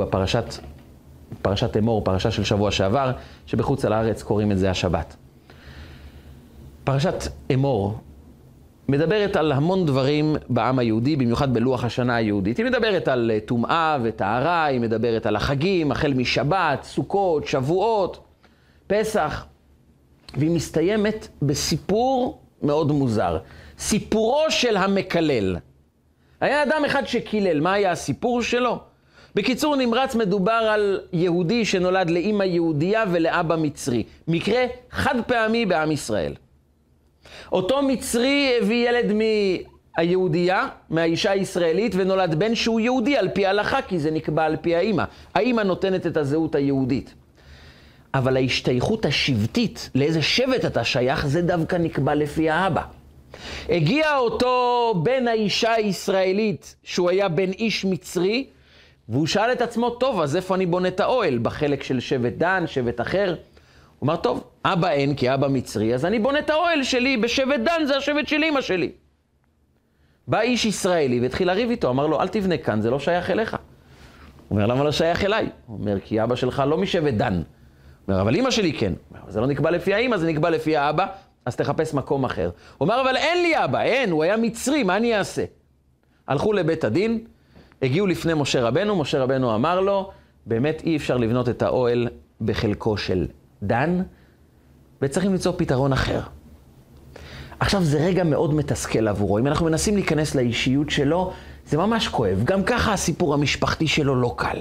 פרשת אמור, פרשה של שבוע שעבר, שבחוץ על הארץ קוראים את זה השבת. פרשת אמור מדברת על המון דברים בעם היהודי, במיוחד בלוח השנה היהודית. היא מדברת על טומאה וטהרה, היא מדברת על החגים, החל משבת, סוכות, שבועות, פסח. והיא מסתיימת בסיפור מאוד מוזר. סיפורו של המקלל. היה אדם אחד שקילל, מה היה הסיפור שלו? בקיצור נמרץ מדובר על יהודי שנולד לאמא יהודייה ולאבא מצרי. מקרה חד פעמי בעם ישראל. אותו מצרי הביא ילד מהיהודייה, מהאישה הישראלית, ונולד בן שהוא יהודי על פי ההלכה, כי זה נקבע על פי האמא. האמא נותנת את הזהות היהודית. אבל ההשתייכות השבטית, לאיזה שבט אתה שייך, זה דווקא נקבע לפי האבא. הגיע אותו בן האישה הישראלית, שהוא היה בן איש מצרי, והוא שאל את עצמו, טוב, אז איפה אני בונה את האוהל? בחלק של שבט דן, שבט אחר? הוא אמר, טוב, אבא אין, כי אבא מצרי, אז אני בונה את האוהל שלי בשבט דן, זה השבט של אמא שלי. בא איש ישראלי והתחיל לריב איתו, אמר לו, אל תבנה כאן, זה לא שייך אליך. הוא אומר, למה לא שייך אליי? הוא אומר, כי אבא שלך לא משבט דן. הוא אומר, אבל אמא שלי כן. הוא אומר, זה לא נקבע לפי האמא, זה נקבע לפי האבא, אז תחפש מקום אחר. הוא אומר, אבל אין לי אבא, אין, הוא היה מצרי, מה אני אעשה? הלכו לבית הדין, הגיעו לפני משה רבנו, משה רבנו אמר לו, באמת אי אפשר לבנות את האוהל בחלקו של דן, וצריכים למצוא פתרון אחר. עכשיו זה רגע מאוד מתסכל עבורו. אם אנחנו מנסים להיכנס לאישיות שלו, זה ממש כואב. גם ככה הסיפור המשפחתי שלו לא קל.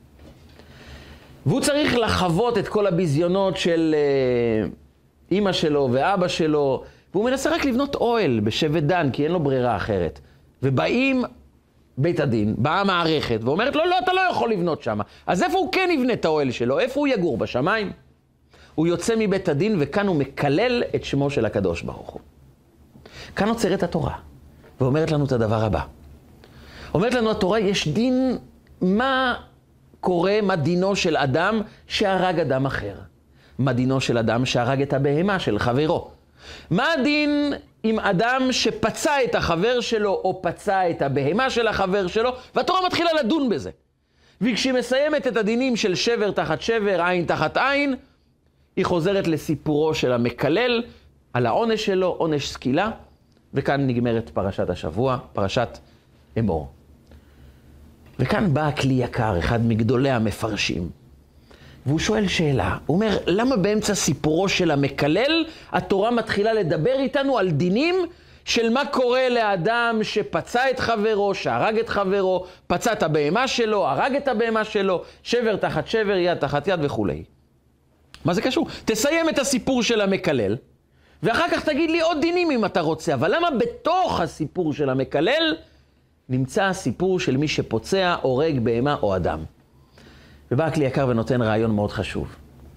והוא צריך לחוות את כל הביזיונות של אמא שלו ואבא שלו, והוא מנסה רק לבנות אוהל בשבט דן, כי אין לו ברירה אחרת. ובאים בית הדין, באה המערכת, ואומרת לו, לא, אתה לא יכול לבנות שם. אז איפה הוא כן יבנה את האוהל שלו? איפה הוא יגור? בשמיים? הוא יוצא מבית הדין, וכאן הוא מקלל את שמו של הקדוש ברוך הוא. כאן עוצרת התורה, ואומרת לנו את הדבר הבא. אומרת לנו התורה, יש דין, מה קורה, מה דינו של אדם שהרג אדם אחר? מה דינו של אדם שהרג את הבהמה של חברו? מה הדין עם אדם שפצע את החבר שלו, או פצע את הבהמה של החבר שלו, והתורה מתחילה לדון בזה. וכשהיא מסיימת את הדינים של שבר תחת שבר, עין תחת עין, היא חוזרת לסיפורו של המקלל, על העונש שלו, עונש סקילה, וכאן נגמרת פרשת השבוע, פרשת אמור. וכאן בא כלי יקר, אחד מגדולי המפרשים, והוא שואל שאלה, הוא אומר, למה באמצע סיפורו של המקלל, התורה מתחילה לדבר איתנו על דינים של מה קורה לאדם שפצע את חברו, שהרג את חברו, פצע את הבהמה שלו, הרג את הבהמה שלו, שבר תחת שבר, יד תחת יד וכו'. מה זה קשור? תסיים את הסיפור של המקלל, ואחר כך תגיד לי עוד דינים אם אתה רוצה, אבל למה בתוך הסיפור של המקלל נמצא הסיפור של מי שפוצע, הורג בהמה או אדם? ובא הכלי יקר ונותן רעיון מאוד חשוב.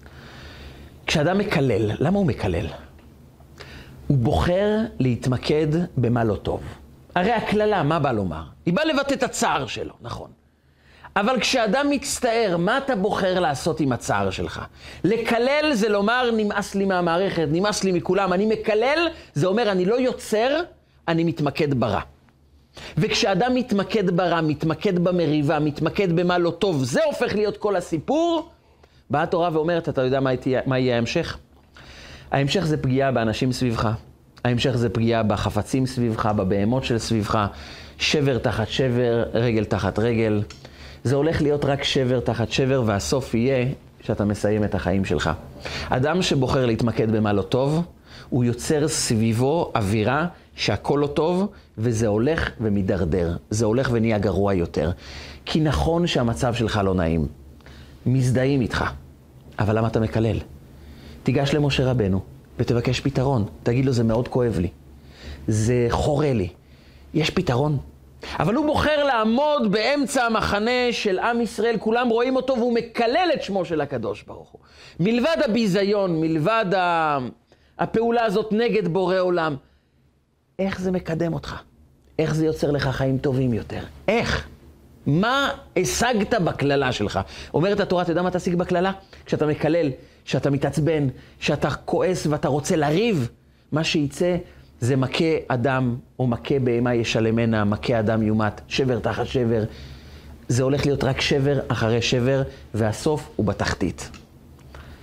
כשאדם מקלל, למה הוא מקלל? הוא בוחר להתמקד במה לא טוב. הרי הכללה, מה בא לומר? היא באה לבטא את הצער שלו, נכון. אבל כשאדם מצטער, מה אתה בוחר לעשות עם הצער שלך? לקלל זה לומר, נמאס לי מהמערכת, נמאס לי מכולם. אני מקלל, זה אומר, אני לא יוצר, אני מתמקד ברע. וכשאדם מתמקד ברע, מתמקד במריבה, מתמקד במה לא טוב, זה הופך להיות כל הסיפור. באה התורה ואומרת, אתה יודע מה יהיה ההמשך? ההמשך זה פגיעה באנשים סביבך. ההמשך זה פגיעה בחפצים סביבך, בבהמות של סביבך. שבר תחת שבר, רגל תחת רגל. זה הולך להיות רק שבר תחת שבר, והסוף יהיה שאתה מסיים את החיים שלך. אדם שבוחר להתמקד במה לא טוב, הוא יוצר סביבו אווירה שהכל לא טוב, וזה הולך ומדרדר. זה הולך ונהיה גרוע יותר. כי נכון שהמצב שלך לא נעים. מזדהים איתך. אבל למה אתה מקלל? תיגש למשה רבנו ותבקש פתרון. תגיד לו, זה מאוד כואב לי. זה חורה לי. יש פתרון. אבל הוא בוחר לעמוד באמצע המחנה של עם ישראל, כולם רואים אותו והוא מקלל את שמו של הקדוש ברוך הוא. מלבד הביזיון, מלבד הפעולה הזאת נגד בורא עולם, איך זה מקדם אותך? איך זה יוצר לך חיים טובים יותר? איך? מה השגת בכללה שלך? אומרת התורה, אתה יודע מה תשיג בכללה? כשאתה מקלל, שאתה מתעצבן, שאתה כועס ואתה רוצה לריב, מה שיצא זה מכה אדם או מכה בהמה ישלמנה, מכה אדם יומת, שבר תחת שבר. זה הולך להיות רק שבר אחרי שבר, והסוף הוא בתחתית.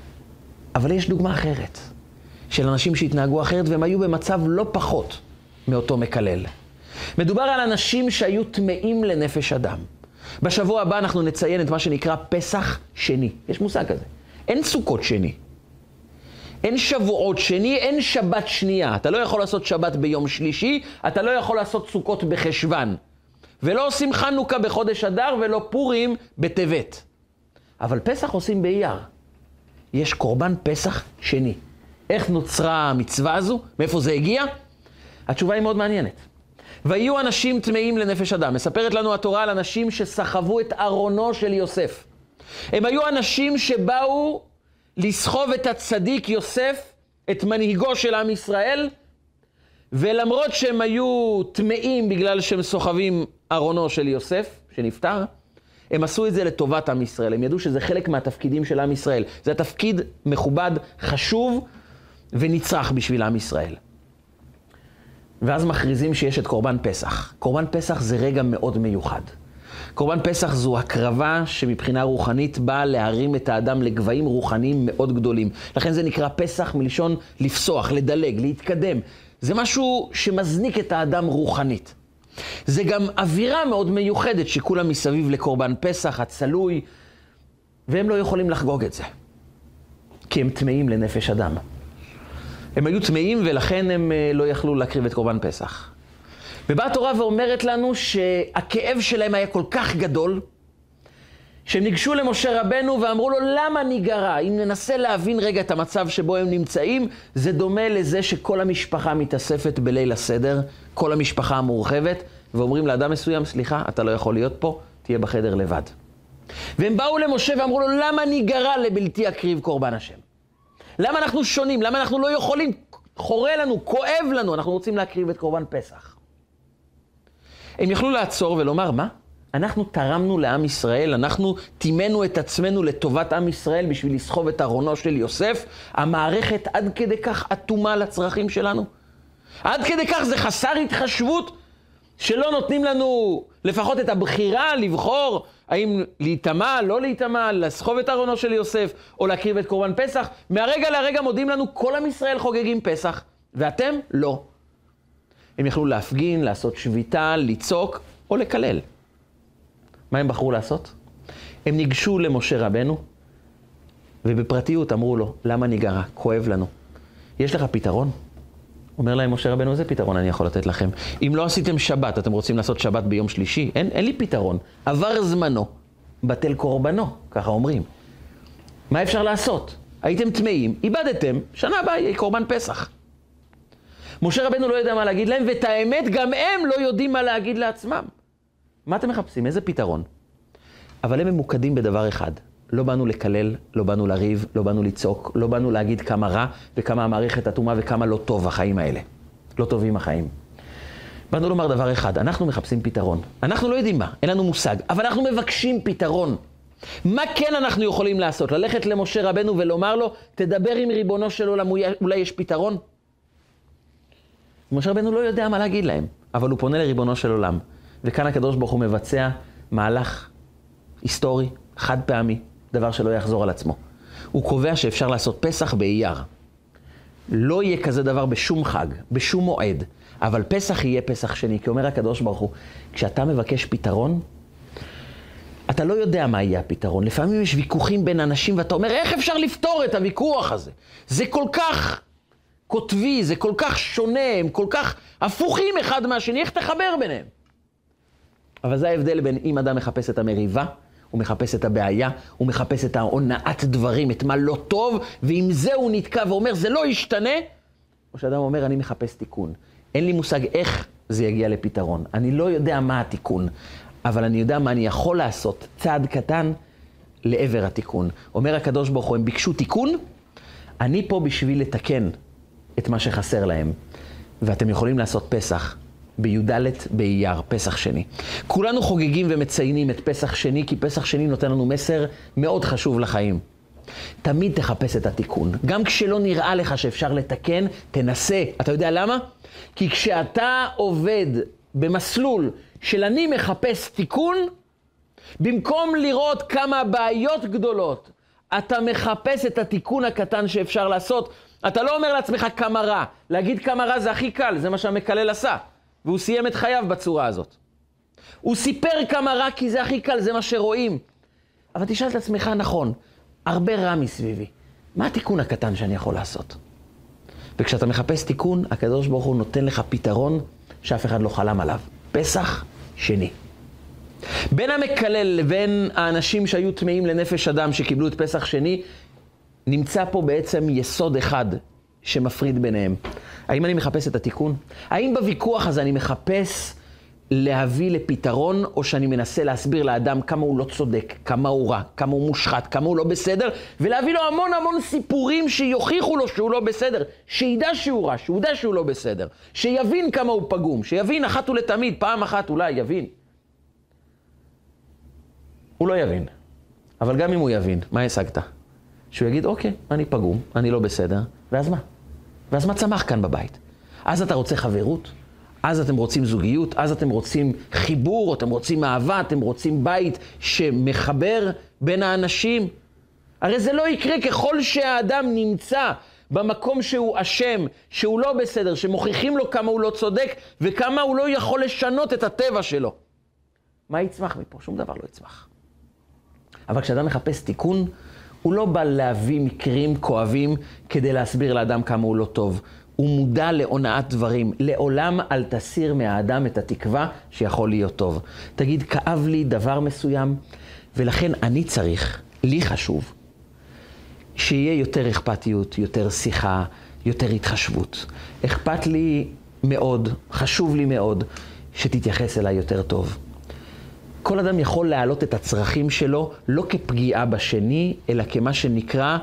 אבל יש דוגמה אחרת, של אנשים שהתנהגו אחרת, והם היו במצב לא פחות מאותו מקלל. מדובר על אנשים שהיו טמאים לנפש אדם. בשבוע הבא אנחנו נציין את מה שנקרא פסח שני. יש מושג כזה. אין סוכות שני. אין שבועות שני, אין שבת שנייה. אתה לא יכול לעשות שבת ביום שלישי, אתה לא יכול לעשות סוכות בחשוון. ולא עושים חנוכה בחודש אדר ולא פורים בטבת. אבל פסח עושים באייר. יש קורבן פסח שני. איך נוצרה המצווה הזו? מאיפה זה הגיע? התשובה היא מאוד מעניינת. והיו אנשים טמאים לנפש אדם. מספרת לנו התורה על אנשים שסחבו את ארונו של יוסף. הם היו אנשים שבאו לסחוב את הצדיק יוסף, את מנהיגו של עם ישראל, ולמרות שהם היו טמאים בגלל שהם סוחבים ארונו של יוסף, שנפטר, הם עשו את זה לטובת עם ישראל. הם ידעו שזה חלק מהתפקידים של עם ישראל. זה התפקיד מכובד, חשוב ונצרך בשביל עם ישראל. ואז מכריזים שיש את קורבן פסח. קורבן פסח זה רגע מאוד מיוחד. קורבן פסח זו הקרבה שמבחינה רוחנית באה להרים את האדם לגבהים רוחניים מאוד גדולים. לכן זה נקרא פסח מלשון לפסוח, לדלג, להתקדם. זה משהו שמזניק את האדם רוחנית. זה גם אווירה מאוד מיוחדת שכולם מסביב לקורבן פסח, הצלוי, והם לא יכולים לחגוג את זה. כי הם טמאים לנפש אדם. הם היו טמאים ולכן הם לא יכלו להקריב את קורבן פסח. ובאה התורה ואומרת לנו שהכאב שלהם היה כל כך גדול, שהם ניגשו למשה רבנו ואמרו לו, למה ניגרע? אם ננסה להבין רגע את המצב שבו הם נמצאים, זה דומה לזה שכל המשפחה מתאספת בליל הסדר, כל המשפחה המורחבת, ואומרים לאדם מסוים, סליחה, אתה לא יכול להיות פה, תהיה בחדר לבד. והם באו למשה ואמרו לו, למה ניגרע לבלתי אקריב קורבן השם? למה אנחנו שונים? למה אנחנו לא יכולים? חורה לנו, כואב לנו, אנחנו רוצים להקריב את קורבן פסח. הם יכלו לעצור ולומר, מה? אנחנו תרמנו לעם ישראל, אנחנו טימנו את עצמנו לטובת עם ישראל בשביל לסחוב את ארונו של יוסף. המערכת עד כדי כך אטומה לצרכים שלנו. עד כדי כך זה חסר התחשבות שלא נותנים לנו לפחות את הבחירה לבחור האם להיטמע, לא להיטמע, לסחוב את ארונו של יוסף או להקריב את קורבן פסח. מהרגע לרגע מודים לנו כל עם ישראל חוגגים פסח ואתם לא. הם יכלו להפגין, לעשות שביתה, לצעוק או לקלל. מה הם בחרו לעשות? הם ניגשו למשה רבנו, ובפרטיות אמרו לו, למה ניגרע? כואב לנו. יש לך פתרון? אומר להם משה רבנו, איזה פתרון אני יכול לתת לכם? אם לא עשיתם שבת, אתם רוצים לעשות שבת ביום שלישי? אין לי פתרון. עבר זמנו, בטל קורבנו, ככה אומרים. מה אפשר לעשות? הייתם טמאים, איבדתם, שנה הבאה יהיה קורבן פסח. משה רבנו לא יודע מה להגיד להם, ואת האמת גם הם לא יודעים מה להגיד לעצמם. מה אתם מחפשים? איזה פתרון? אבל הם ממוקדים בדבר אחד. לא באנו לקלל, לא באנו לריב, לא באנו לצעוק, לא באנו להגיד כמה רע וכמה המערכת אטומה וכמה לא טוב החיים האלה. לא טובים החיים. באנו לומר דבר אחד, אנחנו מחפשים פתרון. אנחנו לא יודעים מה, אין לנו מושג, אבל אנחנו מבקשים פתרון. מה כן אנחנו יכולים לעשות? ללכת למשה רבנו ולומר לו, תדבר עם ריבונו של עולם, אולי יש פתרון? משה רבנו לא יודע מה להגיד להם, אבל הוא פונה לריבונו של עולם. וכאן הקדוש ברוך הוא מבצע מהלך היסטורי, חד פעמי, דבר שלא יחזור על עצמו. הוא קובע שאפשר לעשות פסח באייר. לא יהיה כזה דבר בשום חג, בשום מועד, אבל פסח יהיה פסח שני, כי אומר הקדוש ברוך הוא, כשאתה מבקש פתרון, אתה לא יודע מה יהיה הפתרון. לפעמים יש ויכוחים בין אנשים ואתה אומר, איך אפשר לפתור את הוויכוח הזה? זה כל כך כותבי, זה כל כך שונה, הם כל כך הפוכים אחד מהשני, איך תחבר ביניהם? אבל זה ההבדל בין אם אדם מחפש את המריבה, הוא מחפש את הבעיה, הוא מחפש את ההונאת דברים, את מה לא טוב, ועם זה הוא נתקע ואומר, זה לא ישתנה, או שאדם אומר, אני מחפש תיקון. אין לי מושג איך זה יגיע לפתרון. אני לא יודע מה התיקון, אבל אני יודע מה אני יכול לעשות, צעד קטן לעבר התיקון. אומר הקדוש ברוך הוא, הם ביקשו תיקון, אני פה בשביל לתקן את מה שחסר להם. ואתם יכולים לעשות פסח בי"ד באייר, פסח שני. כולנו חוגגים ומציינים את פסח שני, כי פסח שני נותן לנו מסר מאוד חשוב לחיים. תמיד תחפש את התיקון. גם כשלא נראה לך שאפשר לתקן, תנסה. אתה יודע למה? כי כשאתה עובד במסלול של אני מחפש תיקון, במקום לראות כמה בעיות גדולות אתה מחפש את התיקון הקטן שאפשר לעשות. אתה לא אומר לעצמך כמה רע. להגיד כמה רע זה הכי קל, זה מה שהמקלל עשה. והוא סיים את חייו בצורה הזאת. הוא סיפר כמה רע כי זה הכי קל, זה מה שרואים. אבל תשאל את עצמך, נכון, הרבה רע מסביבי. מה התיקון הקטן שאני יכול לעשות? וכשאתה מחפש תיקון, הקדוש ברוך הוא נותן לך פתרון שאף אחד לא חלם עליו. פסח שני. בין המקלל לבין האנשים שהיו טמאים לנפש אדם שקיבלו את פסח שני, נמצא פה בעצם יסוד אחד שמפריד ביניהם. האם אני מחפש את התיקון? האם בוויכוח הזה אני מחפש להביא לפתרון, או שאני מנסה להסביר לאדם כמה הוא לא צודק, כמה הוא רע, כמה הוא מושחת, כמה הוא לא בסדר, ולהביא לו המון המון סיפורים שיוכיחו לו שהוא לא בסדר, שידע שהוא רע, שהוא ידע שהוא לא בסדר, שיבין כמה הוא פגום, שיבין אחת ולתמיד, פעם אחת אולי יבין. הוא לא יבין. אבל גם אם הוא יבין, מה השגת? שהוא יגיד, אוקיי, אני פגום, אני לא בסדר, ואז מה? ואז מה צמח כאן בבית? אז אתה רוצה חברות? אז אתם רוצים זוגיות? אז אתם רוצים חיבור? אתם רוצים אהבה? אתם רוצים בית שמחבר בין האנשים? הרי זה לא יקרה ככל שהאדם נמצא במקום שהוא אשם, שהוא לא בסדר, שמוכיחים לו כמה הוא לא צודק, וכמה הוא לא יכול לשנות את הטבע שלו. מה יצמח מפה? שום דבר לא יצמח. אבל כשאדם מחפש תיקון, הוא לא בא להביא מקרים כואבים כדי להסביר לאדם כמה הוא לא טוב. הוא מודע להונאת דברים. לעולם אל תסיר מהאדם את התקווה שיכול להיות טוב. תגיד, כאב לי דבר מסוים, ולכן אני צריך, לי חשוב, שיהיה יותר אכפתיות, יותר שיחה, יותר התחשבות. אכפת לי מאוד, חשוב לי מאוד, שתתייחס אליי יותר טוב. כל אדם יכול להעלות את הצרכים שלו, לא כפגיעה בשני, אלא כמה שנקרא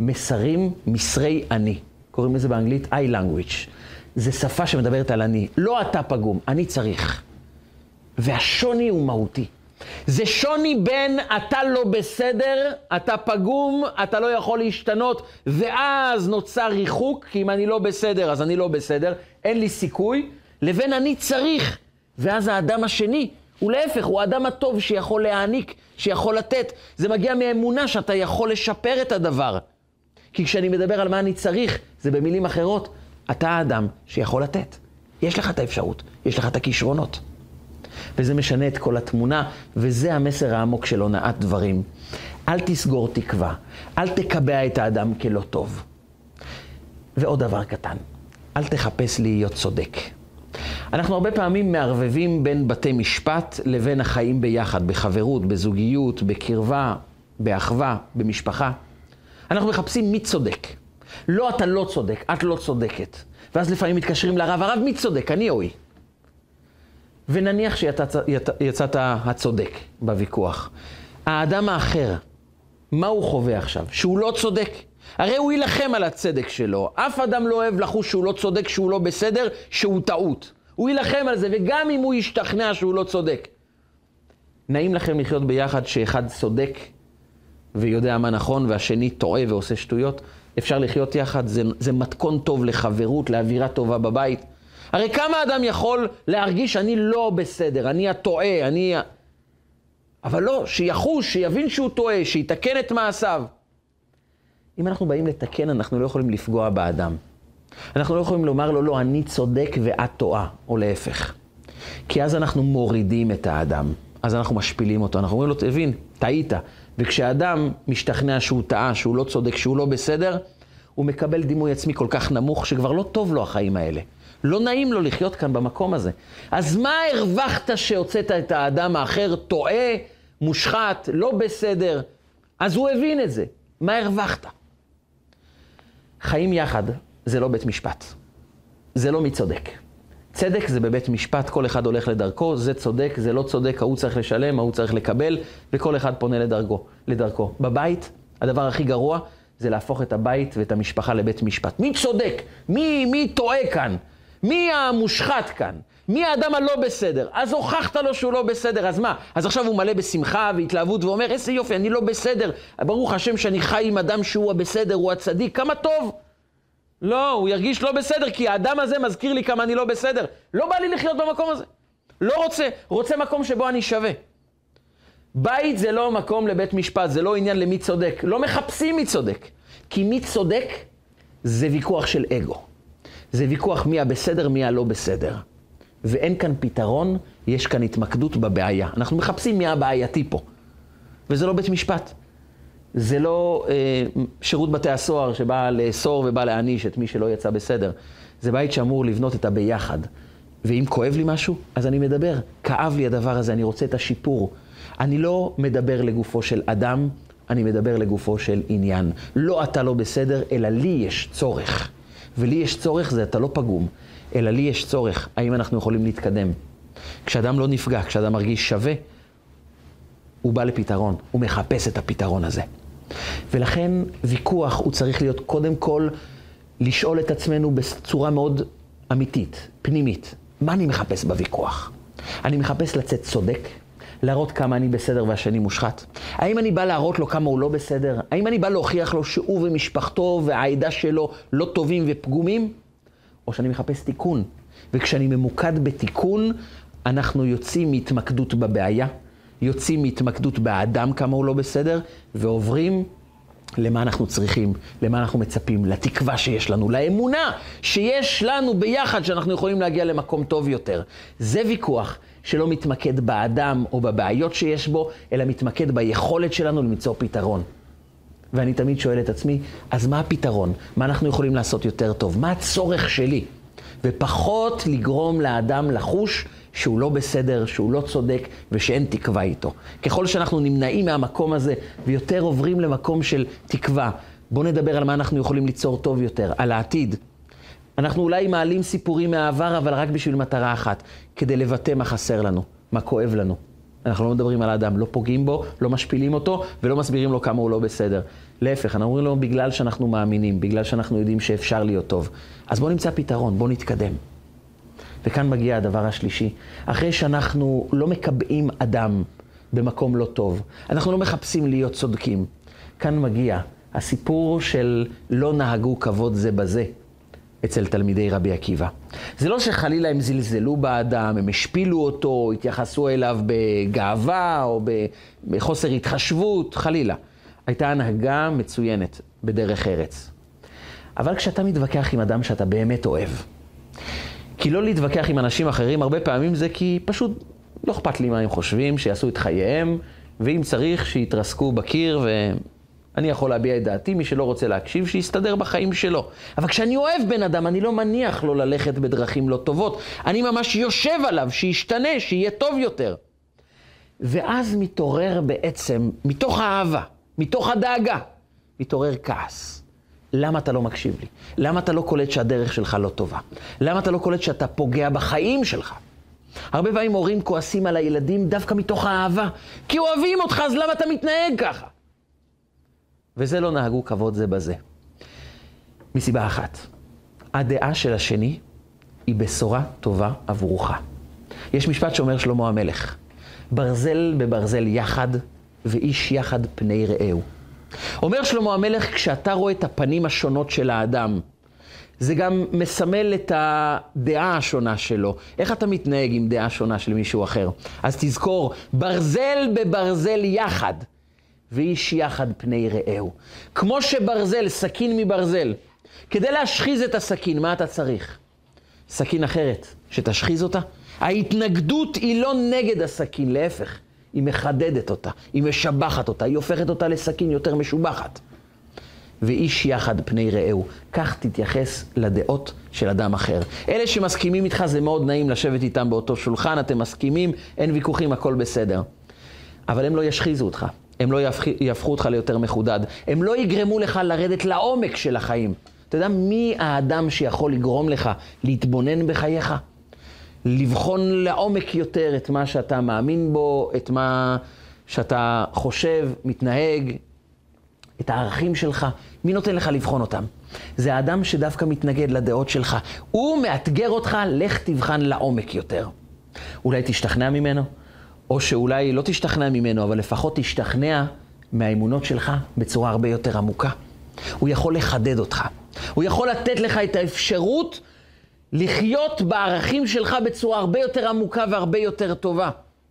מסרי אני. קוראים לזה באנגלית I language. זה שפה שמדברת על אני. לא אתה פגום, אני צריך. והשוני הוא מהותי. זה שוני בין אתה לא בסדר, אתה פגום, אתה לא יכול להשתנות, ואז נוצר ריחוק, כי אם אני לא בסדר, אז אני לא בסדר, אין לי סיכוי, לבין אני צריך. ואז האדם השני, הוא להפך, הוא האדם הטוב שיכול להעניק, שיכול לתת. זה מגיע מאמונה שאתה יכול לשפר את הדבר. כי כשאני מדבר על מה אני צריך, זה במילים אחרות, אתה האדם שיכול לתת. יש לך את האפשרות, יש לך את הכישרונות. וזה משנה את כל התמונה, וזה המסר העמוק של הונאת דברים. אל תסגור תקווה, אל תקבע את האדם כלא טוב. ועוד דבר קטן, אל תחפש להיות צודק. אנחנו הרבה פעמים מערבבים בין בתי משפט לבין החיים ביחד, בחברות, בזוגיות, בקרבה, באחווה, במשפחה. אנחנו מחפשים מי צודק. לא אתה לא צודק, את לא צודקת. ואז לפעמים מתקשרים לרב, הרב מי צודק, אני או היא. ונניח שיצאת הצודק בוויכוח. האדם האחר, מה הוא חווה עכשיו? שהוא לא צודק. הרי הוא ילחם על הצדק שלו. אף אדם לא אוהב לחוש שהוא לא צודק, שהוא לא בסדר, שהוא טעות. הוא ילחם על זה, וגם אם הוא ישתכנע שהוא לא צודק. נעים לכם לחיות ביחד שאחד צודק ויודע מה נכון, והשני טועה ועושה שטויות. אפשר לחיות יחד, זה מתכון טוב לחברות, לאווירה טובה בבית. הרי כמה אדם יכול להרגיש אני לא בסדר, אני הטועה, אבל לא, שיחוש, שיבין שהוא טועה, שיתקן את מעשיו. אם אנחנו באים לתקן, אנחנו לא יכולים לפגוע באדם. אנחנו לא יכולים לומר לו, לא, אני צודק ואת טועה, או להפך. כי אז אנחנו מורידים את האדם. אז אנחנו משפילים אותו. אנחנו אומרים לו, תבין, טעית. וכשהאדם משתכנע שהוא טעה, שהוא לא צודק, שהוא לא בסדר, הוא מקבל דימוי עצמי כל כך נמוך, שכבר לא טוב לו החיים האלה. לא נעים לו לחיות כאן במקום הזה. אז מה הרווחת שהוצאת את האדם האחר טועה, מושחת, לא בסדר? אז הוא הבין את זה. מה הרווחת? חיים יחד זה לא בית משפט. זה לא מי צודק. צדק זה בבית משפט, כל אחד הולך לדרכו, זה צודק, זה לא צודק, ההוא צריך לשלם, ההוא צריך לקבל, וכל אחד פונה לדרכו. בבית, הדבר הכי גרוע זה להפוך את הבית ואת המשפחה לבית משפט. מי צודק? מי טועה כאן? מי המושחת כאן? מי האדם הלא בסדר? אז הוכחת לו שהוא לא בסדר, אז מה? אז עכשיו הוא מלא בשמחה והתלהבות ואומר, איזה יופי, אני לא בסדר. ברוך השם שאני חי עם אדם שהוא הבסדר, הוא הצדיק, כמה טוב. לא, הוא ירגיש לא בסדר, כי האדם הזה מזכיר לי כמה אני לא בסדר. לא בא לי לחיות במקום הזה. לא רוצה מקום שבו אני שווה. בית זה לא מקום לבית משפט, זה לא עניין למי צודק. לא מחפשים מי צודק. כי מי צודק זה ויכוח של אגו. זה ויכוח מי הבסדר, מי הלא בסדר. ואין כאן פתרון, יש כאן התמקדות בבעיה. אנחנו מחפשים מי הבעייתי פה. וזה לא בית משפט. זה לא שירות בתי הסוהר שבא לאסור ובא להעניש את מי שלא יצא בסדר. זה בית שאמור לבנות את הביחד. ואם כואב לי משהו, אז אני מדבר. כאב לי הדבר הזה, אני רוצה את השיפור. אני לא מדבר לגופו של אדם, אני מדבר לגופו של עניין. לא אתה לא בסדר, אלא לי יש צורך. ולי יש צורך זה אתה לא פגום, אלא לי יש צורך. האם אנחנו יכולים להתקדם? כשאדם לא נפגע, כשאדם מרגיש שווה, הוא בא לפתרון, הוא מחפש את הפתרון הזה. ולכן ויכוח הוא צריך להיות קודם כל לשאול את עצמנו בצורה מאוד אמיתית, פנימית. מה אני מחפש בוויכוח? אני מחפש לצאת צודק, להראות כמה אני בסדר והשני מושחת? האם אני בא להראות לו כמה הוא לא בסדר? האם אני בא להוכיח לו שהוא ומשפחתו והעדה שלו לא טובים ופגומים? או שאני מחפש תיקון? וכשאני ממוקד בתיקון, אנחנו יוצאים מהתמקדות בבעיה, יוצאים מהתמקדות באדם כמה הוא לא בסדר, ועוברים למה אנחנו צריכים, למה אנחנו מצפים, לתקווה שיש לנו, לאמונה שיש לנו ביחד שאנחנו יכולים להגיע למקום טוב יותר. זה ויכוח שלא מתמקד באדם או בבעיות שיש בו, אלא מתמקד ביכולת שלנו למצוא פתרון. ואני תמיד שואל את עצמי, אז מה הפתרון? מה אנחנו יכולים לעשות יותר טוב? מה הצורך שלי? ופחות לגרום לאדם לחוש שהוא לא בסדר, שהוא לא צודק ושאין תקווה איתו. ככל שאנחנו נמנעים מהמקום הזה ויותר עוברים למקום של תקווה, בואו נדבר על מה אנחנו יכולים ליצור טוב יותר, על העתיד. אנחנו אולי מעלים סיפורים מהעבר, אבל רק בשביל מטרה אחת, כדי לבטא מה חסר לנו, מה כואב לנו. אנחנו לא מדברים על האדם, לא פוגעים בו, לא משפילים אותו ולא מסבירים לו כמה הוא לא בסדר. להפך, אנחנו אומרים לו בגלל שאנחנו מאמינים, בגלל שאנחנו יודעים שאפשר להיות טוב. אז בואו נמצא פתרון, בואו נתקדם. וכאן מגיע הדבר השלישי. אחרי שאנחנו לא מקבעים אדם במקום לא טוב, אנחנו לא מחפשים להיות צודקים. כאן מגיע הסיפור של לא נהגו כבוד זה בזה אצל תלמידי רבי עקיבא. זה לא שחלילה הם זלזלו באדם, הם השפילו אותו, התייחסו אליו בגאווה או בחוסר התחשבות, חלילה. הייתה הנהגה מצוינת בדרך ארץ. אבל כשאתה מתווכח עם אדם שאתה באמת אוהב, כי לא להתווכח עם אנשים אחרים הרבה פעמים זה כי פשוט לא אכפת לי מה הם חושבים, שיעשו את חייהם, ואם צריך שיתרסקו בקיר ואני יכול להביע את דעתי, מי שלא רוצה להקשיב שיסתדר בחיים שלו. אבל כשאני אוהב בן אדם, אני לא מניח לו ללכת בדרכים לא טובות, אני ממש יושב עליו, שישתנה, שיהיה טוב יותר. ואז מתעורר בעצם, מתוך האהבה, מתוך הדאגה, מתעורר כעס. למה אתה לא מקשיב לי? למה אתה לא קולט שהדרך שלך לא טובה? למה אתה לא קולט שאתה פוגע בחיים שלך? הרבה פעמים הורים כועסים על הילדים דווקא מתוך האהבה. כי אוהבים אותך, אז למה אתה מתנהג ככה? וזה לא נהגו כבוד זה בזה. מסיבה אחת. הדעה של השני היא בשורה טובה עבורך. יש משפט שאומר שלמה המלך. ברזל בברזל יחד ואיש יחד פני רעהו. אומר שלמה המלך, כשאתה רואה את הפנים השונות של האדם, זה גם מסמל את הדעה השונה שלו. איך אתה מתנהג עם דעה שונה של מישהו אחר? אז תזכור, ברזל בברזל יחד, ואיש יחד פני רעהו. כמו שברזל, סכין מברזל, כדי להשחיז את הסכין, מה אתה צריך? סכין אחרת, שתשחיז אותה? ההתנגדות היא לא נגד הסכין, להפך. היא מחדדת אותה, היא משבחת אותה, היא הופכת אותה לסכין יותר משובחת. ואיש יחד פני רעהו, כך תתייחס לדעות של אדם אחר. אלה שמסכימים איתך זה מאוד נעים לשבת איתם באותו שולחן, אתם מסכימים, אין ויכוחים, הכל בסדר. אבל הם לא ישחיזו אותך, הם לא יהפכו אותך ליותר מחודד, הם לא יגרמו לך לרדת לעומק של החיים. אתה יודע מי האדם שיכול לגרום לך להתבונן בחייך? לבחון לעומק יותר את מה שאתה מאמין בו, את מה שאתה חושב, מתנהג, את הערכים שלך. מי נותן לך לבחון אותם? זה האדם שדווקא מתנגד לדעות שלך. הוא מאתגר אותך, לך תבחן לעומק יותר. אולי תשתכנע ממנו, או שאולי לא תשתכנע ממנו, אבל לפחות תשתכנע מהאמונות שלך בצורה הרבה יותר עמוקה. הוא יכול לחדד אותך. הוא יכול לתת לך את האפשרות לחיות בערכים שלך בצורה הרבה יותר עמוקה והרבה יותר טובה.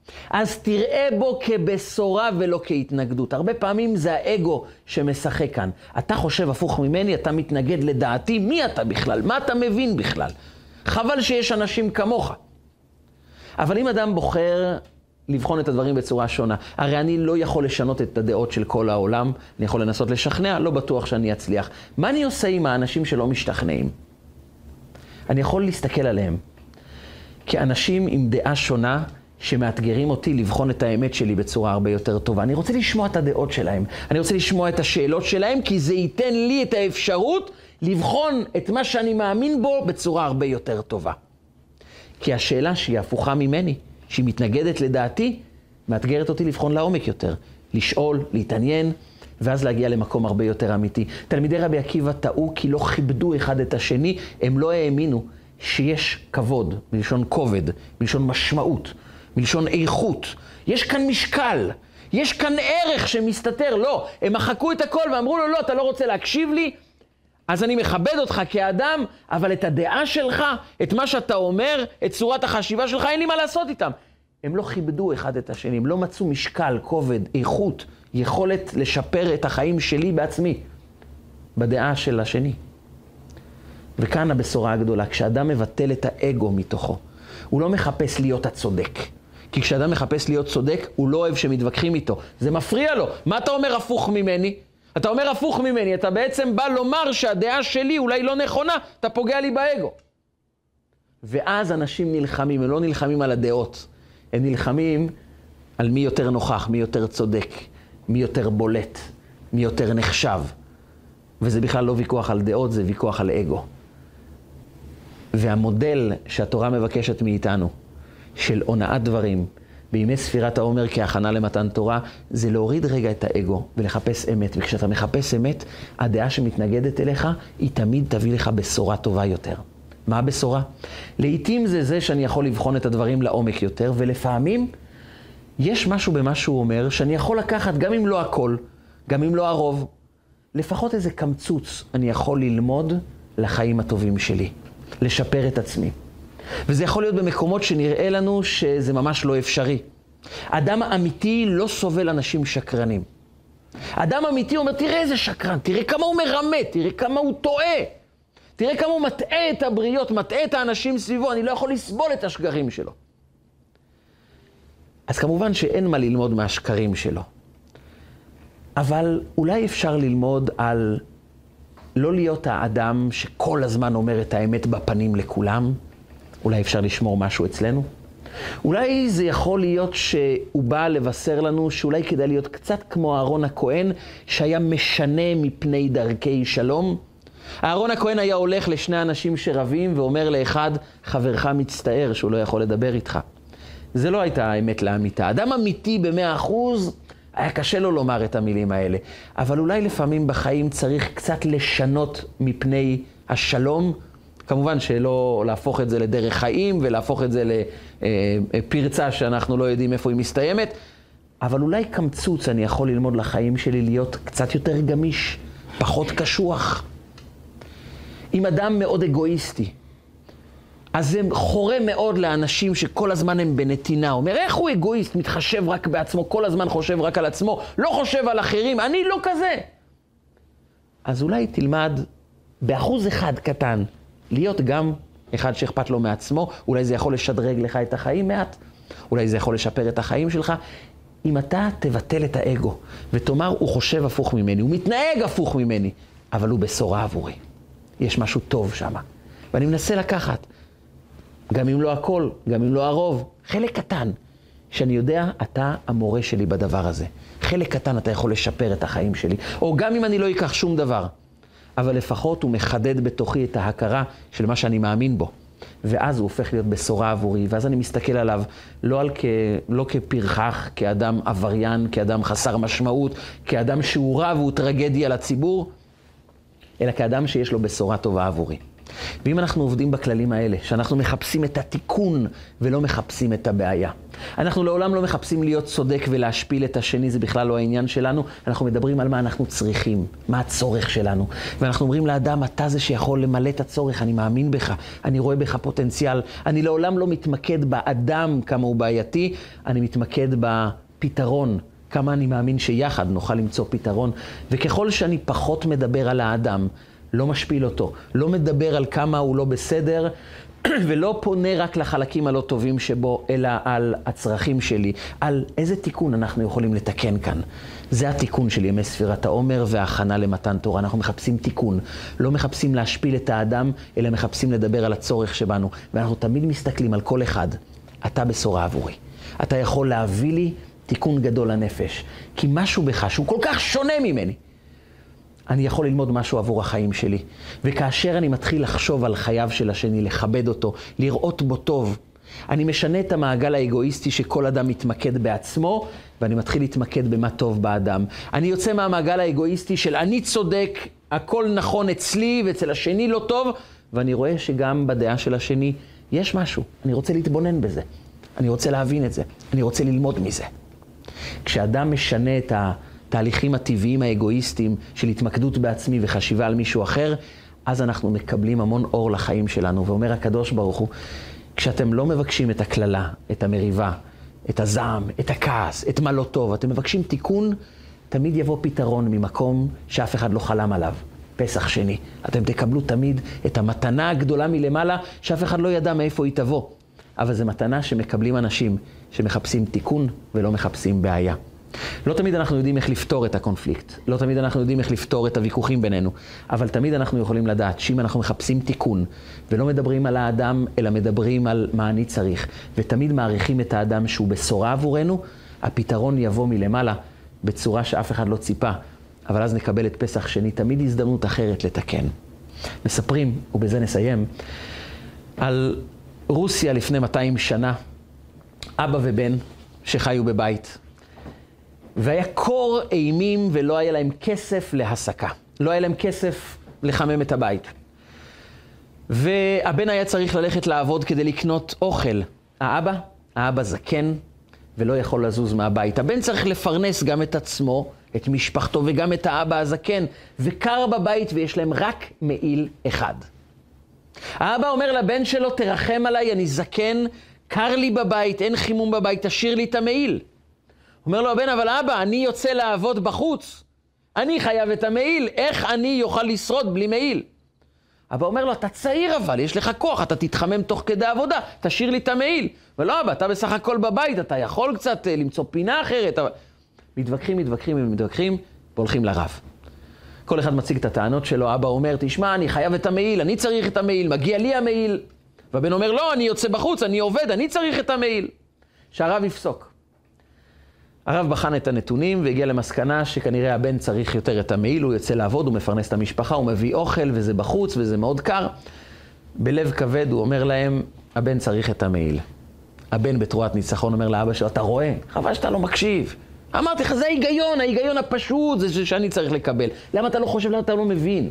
אז תראה בו כבשורה ולא כהתנגדות. הרבה פעמים זה האגו שמשחק כאן. אתה חושב הפוך ממני, אתה מתנגד לדעתי, מי אתה בכלל? מה אתה מבין בכלל? חבל שיש אנשים כמוך. אבל אם אדם בוחר לבחון את הדברים בצורה שונה, הרי אני לא יכול לשנות את הדעות של כל העולם, אני יכול לנסות לשכנע, לא בטוח שאני אצליח. מה אני עושה עם האנשים שלא משתכנעים? אני יכול להסתכל עליהם כאנשים עם דעה שונה, שמאתגרים אותי לבחון את האמת שלי בצורה הרבה יותר טובה. אני רוצה לשמוע את הדעות שלהם, אני רוצה לשמוע את השאלות שלהם, כי זה ייתן לי את האפשרות לבחון את מה שאני מאמין בו בצורה הרבה יותר טובה. כי השאלה שהיא הפוכה ממני, שהיא מתנגדת לדעתי, מאתגרת אותי לבחון לעומק יותר, לשאול, להתעניין, ואז להגיע למקום הרבה יותר אמיתי. תלמידי רבי עקיבא טעו כי לא כיבדו אחד את השני, הם לא האמינו שיש כבוד, מלשון כובד, מלשון משמעות, מלשון איכות. יש כאן משקל, יש כאן ערך שמסתתר. לא, הם מחקו את הכל ואמרו לו, לא, אתה לא רוצה להקשיב לי, אז אני מכבד אותך כאדם, אבל את הדעה שלך, את מה שאתה אומר, את צורת החשיבה שלך, אין לי מה לעשות איתם. הם לא כיבדו אחד את השני, הם לא מצאו משקל, כובד, איכות, יכולת לשפר את החיים שלי בעצמי, בדעה של השני. וכאן הבשורה הגדולה, כשאדם מבטל את האגו מתוכו, הוא לא מחפש להיות הצודק. כי כשאדם מחפש להיות צודק, הוא לא אוהב שמתווכחים איתו. זה מפריע לו. מה אתה אומר הפוך ממני? אתה אומר הפוך ממני, אתה בעצם בא לומר שהדעה שלי אולי לא נכונה, אתה פוגע לי באגו. ואז אנשים נלחמים, הם לא נלחמים על הדעות. הם נלחמים על מי יותר נוכח, מי יותר צודק, מי יותר בולט, מי יותר נחשב. וזה בכלל לא ויכוח על דעות, זה ויכוח על אגו. והמודל שהתורה מבקשת מאיתנו, של הונאת דברים, בימי ספירת העומר כהכנה למתן תורה, זה להוריד רגע את האגו ולחפש אמת. וכשאתה מחפש אמת, הדעה שמתנגדת אליך, היא תמיד תביא לך בשורה טובה יותר. מה הבשורה? לעתים זה שאני יכול לבחון את הדברים לעומק יותר, ולפעמים יש משהו במה שהוא אומר, שאני יכול לקחת גם אם לא הכל, גם אם לא הרוב, לפחות איזה קמצוץ אני יכול ללמוד לחיים הטובים שלי, לשפר את עצמי. וזה יכול להיות במקומות שנראה לנו שזה ממש לא אפשרי. אדם אמיתי לא סובל אנשים שקרנים. אדם אמיתי אומר, תראה איזה שקרן, תראה כמה הוא מרמה, תראה כמה הוא טועה. תראה כמה הוא מטעה את הבריות, מטעה את האנשים סביבו, אני לא יכול לסבול את השקרים שלו. אז כמובן שאין מה ללמוד מהשקרים שלו. אבל אולי אפשר ללמוד על לא להיות האדם שכל הזמן אומר את האמת בפנים לכולם. אולי אפשר לשמור משהו אצלנו. אולי זה יכול להיות שהוא בא לבשר לנו שאולי כדאי להיות קצת כמו אהרון הכהן, שהיה משנה מפני דרכי שלום. אהרון הכהן היה הולך לשני אנשים שרבים ואומר לאחד, חברך מצטער שהוא לא יכול לדבר איתך. זה לא הייתה האמת לאמיתה. אדם אמיתי ב100%, היה קשה לו לומר את המילים האלה. אבל אולי לפעמים בחיים צריך קצת לשנות מפני השלום. כמובן שלא להפוך את זה לדרך חיים ולהפוך את זה לפרצה שאנחנו לא יודעים איפה היא מסתיימת. אבל אולי קמצוץ אני יכול ללמוד לחיים שלי להיות קצת יותר גמיש, פחות קשוח. אם אדם מאוד אגואיסטי, אז זה חורה מאוד לאנשים שכל הזמן הם בנתינה. אומר, איך הוא אגואיסט? מתחשב רק בעצמו, כל הזמן חושב רק על עצמו, לא חושב על אחרים, אני לא כזה. אז אולי תלמד ב1% קטן, להיות גם אחד שאכפת לו מעצמו. אולי זה יכול לשדרג לך את החיים מעט, אולי זה יכול לשפר את החיים שלך. אם אתה תבטל את האגו ותאמר, הוא חושב הפוך ממני, הוא מתנהג הפוך ממני, אבל הוא בשורה עבורי. יש משהו טוב שם. ואני מנסה לקחת, גם אם לא הכל, גם אם לא הרוב, חלק קטן, שאני יודע, אתה המורה שלי בדבר הזה. חלק קטן אתה יכול לשפר את החיים שלי. או גם אם אני לא אקח שום דבר, אבל לפחות הוא מחדד בתוכי את ההכרה של מה שאני מאמין בו. ואז הוא הופך להיות בשורה עבורי, ואז אני מסתכל עליו לא כפרחח, כאדם עבריין, כאדם חסר משמעות, כאדם שהוא רע והוא טרגדיה לציבור, אלא כאדם שיש לו בשורה טובה עבורי. ואם אנחנו עובדים בכללים האלה, שאנחנו מחפשים את התיקון ולא מחפשים את הבעיה. אנחנו לעולם לא מחפשים להיות צודק ולהשפיל את השני, זה בכלל לא העניין שלנו. אנחנו מדברים על מה אנחנו צריכים, מה הצורך שלנו. ואנחנו אומרים לאדם, אתה זה שיכול למלא את הצורך, אני מאמין בך, אני רואה בך פוטנציאל. אני לעולם לא מתמקד באדם כמה הוא בעייתי, אני מתמקד בפתרון, כמה אני מאמין שיחד נוכל למצוא פתרון. וככל שאני פחות מדבר על האדם, לא משפיל אותו, לא מדבר על כמה הוא לא בסדר, ולא פונה רק לחלקים הלא טובים שבו, אלא על הצרכים שלי, על איזה תיקון אנחנו יכולים לתקן כאן. זה התיקון של ימי ספירת העומר וההכנה למתן תורה. אנחנו מחפשים תיקון, לא מחפשים להשפיל את האדם, אלא מחפשים לדבר על הצורך שבנו. ואנחנו תמיד מסתכלים על כל אחד, אתה בשורה עבורי. אתה יכול להביא לי תיקון גדול לנפש, כי משהו בך שהוא כל כך שונה ממני, אני יכול ללמוד משהו עבור החיים שלי. וכאשר אני מתחיל לחשוב על חייו של השני, לכבד אותו, לראות בו טוב, אני משנה את המעגל האגואיסטי שכל אדם מתמקד בעצמו, ואני מתחיל להתמקד במה טוב באדם. אני יוצא מהמעגל האגואיסטי של אני צודק, הכל נכון אצלי ואצל השני לא טוב, ואני רואה שגם בדעה של השני יש משהו. אני רוצה להתבונן בזה. אני רוצה להבין את זה. אני רוצה ללמוד מזה. כשאדם משנה את התהליכים הטבעיים האגואיסטיים של התמקדות בעצמי וחשיבה על מישהו אחר, אז אנחנו מקבלים המון אור לחיים שלנו. ואומר הקדוש ברוך הוא, כשאתם לא מבקשים את הכללה, את המריבה, את הזעם, את הכעס, את מה לא טוב, אתם מבקשים תיקון, תמיד יבוא פתרון ממקום שאף אחד לא חלם עליו. פסח שני. אתם תקבלו תמיד את המתנה הגדולה מלמעלה, שאף אחד לא ידע מאיפה היא תבוא. אבל זו מתנה שמקבלים אנשים שמחפשים תיקון ולא מחפשים בעיה. לא תמיד אנחנו יודעים איך לפתור את הקונפליקט. לא תמיד אנחנו יודעים איך לפתור את הוויכוחים בינינו. אבל תמיד אנחנו יכולים לדעת שאם אנחנו מחפשים תיקון ולא מדברים על האדם, אלא מדברים על מה אני צריך, ותמיד מעריכים את האדם שהוא בשורה עבורנו, הפתרון יבוא מלמעלה בצורה שאף אחד לא ציפה. אבל אז נקבל את פסח שני, תמיד הזדמנות אחרת לתקן. מספרים, ובזה נסיים, על רוסיה לפני 200 שנה, אבא ובן שחיו בבית. והיה קור אימים ולא היה להם כסף להסקה. לא היה להם כסף לחמם את הבית. והבן היה צריך ללכת לעבוד כדי לקנות אוכל. האבא זקן ולא יכול לזוז מהבית. הבן צריך לפרנס גם את עצמו, את משפחתו וגם את האבא הזקן. וקר בבית ויש להם רק מעיל אחד. האבא אומר לבן שלו, תרחם עליי, אני זקן, קר לי בבית, אין חימום בבית, תשאיר לי את המעיל. אומר לו הבן, אבל אבא, אני יוצא לעבוד בחוץ. אני חייב את המעיל, איך אני יוכל לשרוד בלי מעיל? אבא אומר לו, אתה צעיר אבל, יש לך כוח, אתה תתחמם תוך כדי עבודה, תשאיר לי את המעיל. ולא אבא, אתה בסך הכל בבית, אתה יכול קצת למצוא פינה אחרת. אבל... מתווכחים, והולכים לרב. כל אחד מציג את הטענות שלו, אבא אומר, תשמע, אני חייב את המעיל, אני צריך את המעיל, מגיע לי המעיל. והבן אומר, לא, אני יוצא בחוץ, אני עובד, אני צריך את המעיל. שהרב יפסוק. הרב בחן את הנתונים והגיע למסקנה שכנראה הבן צריך יותר את המעיל, הוא יוצא לעבוד, הוא מפרנס את המשפחה, הוא מביא אוכל וזה בחוץ וזה מאוד קר. בלב כבד הוא אומר להם, הבן צריך את המעיל. הבן בתרועת ניצחון אומר לאבא שלו, אתה רואה? חבל שאתה לא מקשיב. אמרתי לך, זה ההיגיון הפשוט, זה שאני צריך לקבל. למה אתה לא חושב, למה אתה לא מבין?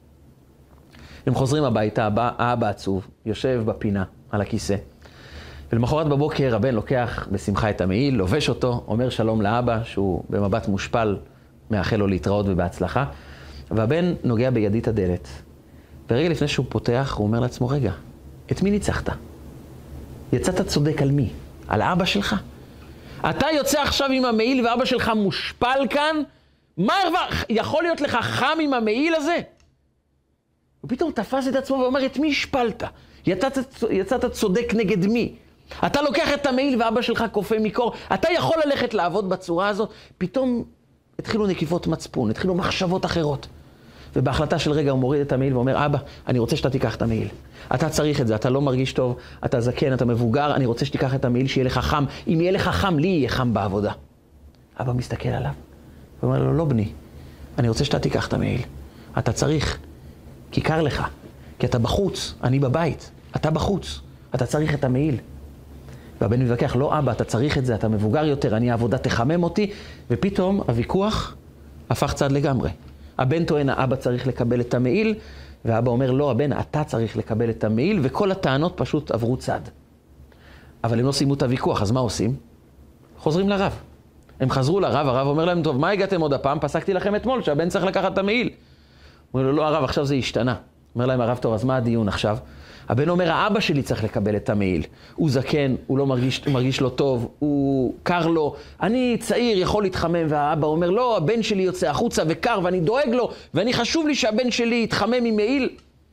הם חוזרים הביתה, האבא עצוב, יושב בפינה על הכיסא. ולמחרת בבוקר הבן לוקח בשמחה את המעיל, לובש אותו, אומר שלום לאבא, שהוא במבט מושפל, מאחל לו להתראות ובהצלחה. והבן נוגע בידית הדלת. ורגע לפני שהוא פותח, הוא אומר לעצמו, רגע, את מי ניצחת? יצאת צודק על מי? על אבא שלך? אתה יוצא עכשיו עם המעיל ואבא שלך מושפל כאן? מה יכול להיות לך חם עם המעיל הזה? ופתאום תפס את עצמו ואומר, את מי השפלת? יצאת צודק נגד מי? אתה לוקח את המעיל ואבא שלך קופא מקור, אתה יכול ללכת לעבוד בצורה הזאת, פתאום התחילו נקיפות מצפון, התחילו מחשבות אחרות. ובהחלטה של רגע הוא מוריד את המעיל ואומר, אבא, אני רוצה שאתה תיקח את המעיל. אתה צריך את זה, אתה לא מרגיש טוב, אתה זקן, אתה מבוגר, אני רוצה שתיקח את המעיל, שיהיה לך חם. אם יהיה לך חם, לי יהיה חם בעבודה. אבא מסתכל עליו, ואומר לו, לא בני, אני רוצה שאתה תיקח את המעיל. אתה צריך, כי קר לך, כי אתה בחוץ, אני בבית, אתה בחוץ, אתה צריך את המעיל. והבן מתווכח, לא אבא, אתה צריך את זה, אתה מבוגר יותר, אני העבודה תחמם אותי, ופתאום הוויכוח הפך צד לגמרי. הבן טוען, האבא צריך לקבל את המעיל, והאבא אומר, לא, הבן, אתה צריך לקבל את המעיל, וכל הטענות פשוט עברו צד. אבל הם לא סיימו את הוויכוח, אז מה עושים? חוזרים לרב. הם חזרו לרב, הרב אומר להם, טוב, מה הגעתם עוד הפעם? פסקתי לכם אתמול שהבן צריך לקחת את המעיל. אומר לו, לא, הרב, עכשיו זה השתנה. אומר להם, הרב, טוב, אז מה הדיון עכשיו? הבן אומר, האבא שלי צריך לקבל את המעיל. הוא זקן, הוא לא מרגיש לו טוב, הוא קר לו. אני צעיר, יכול להתחמם, והאבא אומר, לא, הבן שלי יוצא החוצה וקר, ואני דואג לו, ואני חשוב לי שהבן שלי יתחמם עם מעיל.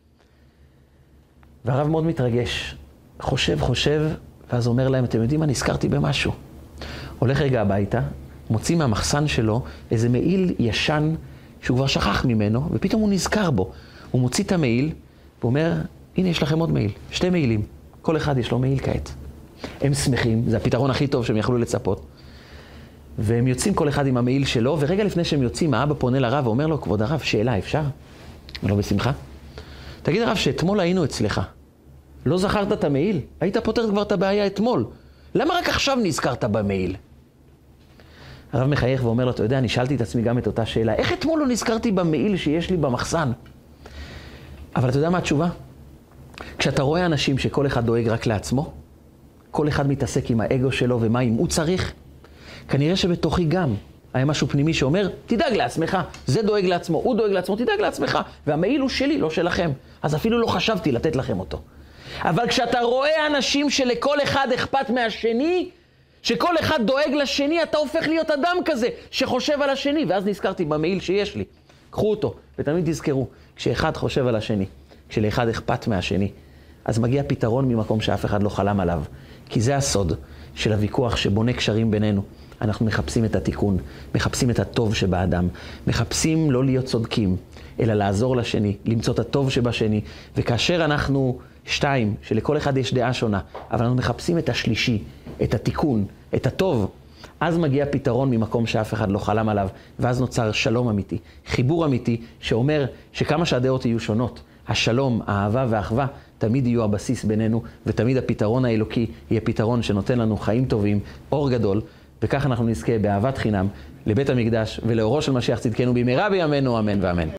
והרב מאוד מתרגש. חושב, ואז אומר להם, אתם יודעים מה, נזכרתי במשהו. הולך רגע הביתה, מוציא מהמחסן שלו איזה מעיל ישן שהוא כבר שכח ממנו, ופתאום הוא נזכר בו. הוא מוציא את המעיל, ואומר, הנה יש לכם עוד מעיל, 2 מעילים. כל אחד יש לו מעיל כעת. הם שמחים, זה הפתרון הכי טוב שהם יכלו לצפות. והם יוצאים כל אחד עם המעיל שלו, ורגע לפני שהם יוצאים, האבא פונה לרב ואומר לו, כבוד הרב, שאלה, אפשר? אומר לו, בשמחה. תגיד הרב, שאתמול היינו אצלך. לא זכרת את המעיל? היית פותרת כבר את הבעיה אתמול. למה רק עכשיו נזכרת במעיל? הרב מחייך ואומר לו, אתה יודע, אני שאלתי את עצמי גם את אותה שאלה. איך אתמול לא נזכרתי במעיל שיש לי במחסן? אבל אתה יודע מה התשובה? כשאתה רואה אנשים שכל אחד דואג רק לעצמו, כל אחד מתעסק עם האגו שלו ומה אם הוא צריך, כנראה שבתוכי גם היה משהו פנימי שאומר, תדאג לעצמך, זה דואג לעצמו, הוא דואג לעצמו, תדאג לעצמך, והמעיל הוא שלי, לא שלכם. אז אפילו לא חשבתי לתת לכם אותו. אבל כשאתה רואה אנשים שלכל אחד אכפת מהשני, שכל אחד דואג לשני, אתה הופך להיות אדם כזה שחושב על השני, ואז נזכרתי במעיל שיש לי. קחו אותו, ותמיד תזכרו, כשאחד חושב על השני, כשלאחד אכפת מהשני, אז מגיע פתרון ממקום שאף אחד לא חלם עליו. כי זה הסוד של הוויכוח שבונה קשרים בינינו. אנחנו מחפשים את התיקון, מחפשים את הטוב שבאדם, מחפשים לא להיות צודקים, אלא לעזור לשני, למצוא את הטוב שבשני, וכאשר אנחנו 2, שלכל אחד יש דעה שונה, אבל אנחנו מחפשים את השלישי, את התיקון, את הטוב, אז מגיע פתרון ממקום שאף אחד לא חלם עליו, ואז נוצר שלום אמיתי, חיבור אמיתי, שאומר שכמה שהדעות יהיו שונות, השלום, האהבה והאחווה, תמיד יהיו הבסיס בינינו, ותמיד הפתרון האלוקי יהיה פתרון שנותן לנו חיים טובים, אור גדול, וכך אנחנו נזכה באהבת חינם לבית המקדש ולאורו של משיח צדקנו במהרה בימינו, אמן ואמן.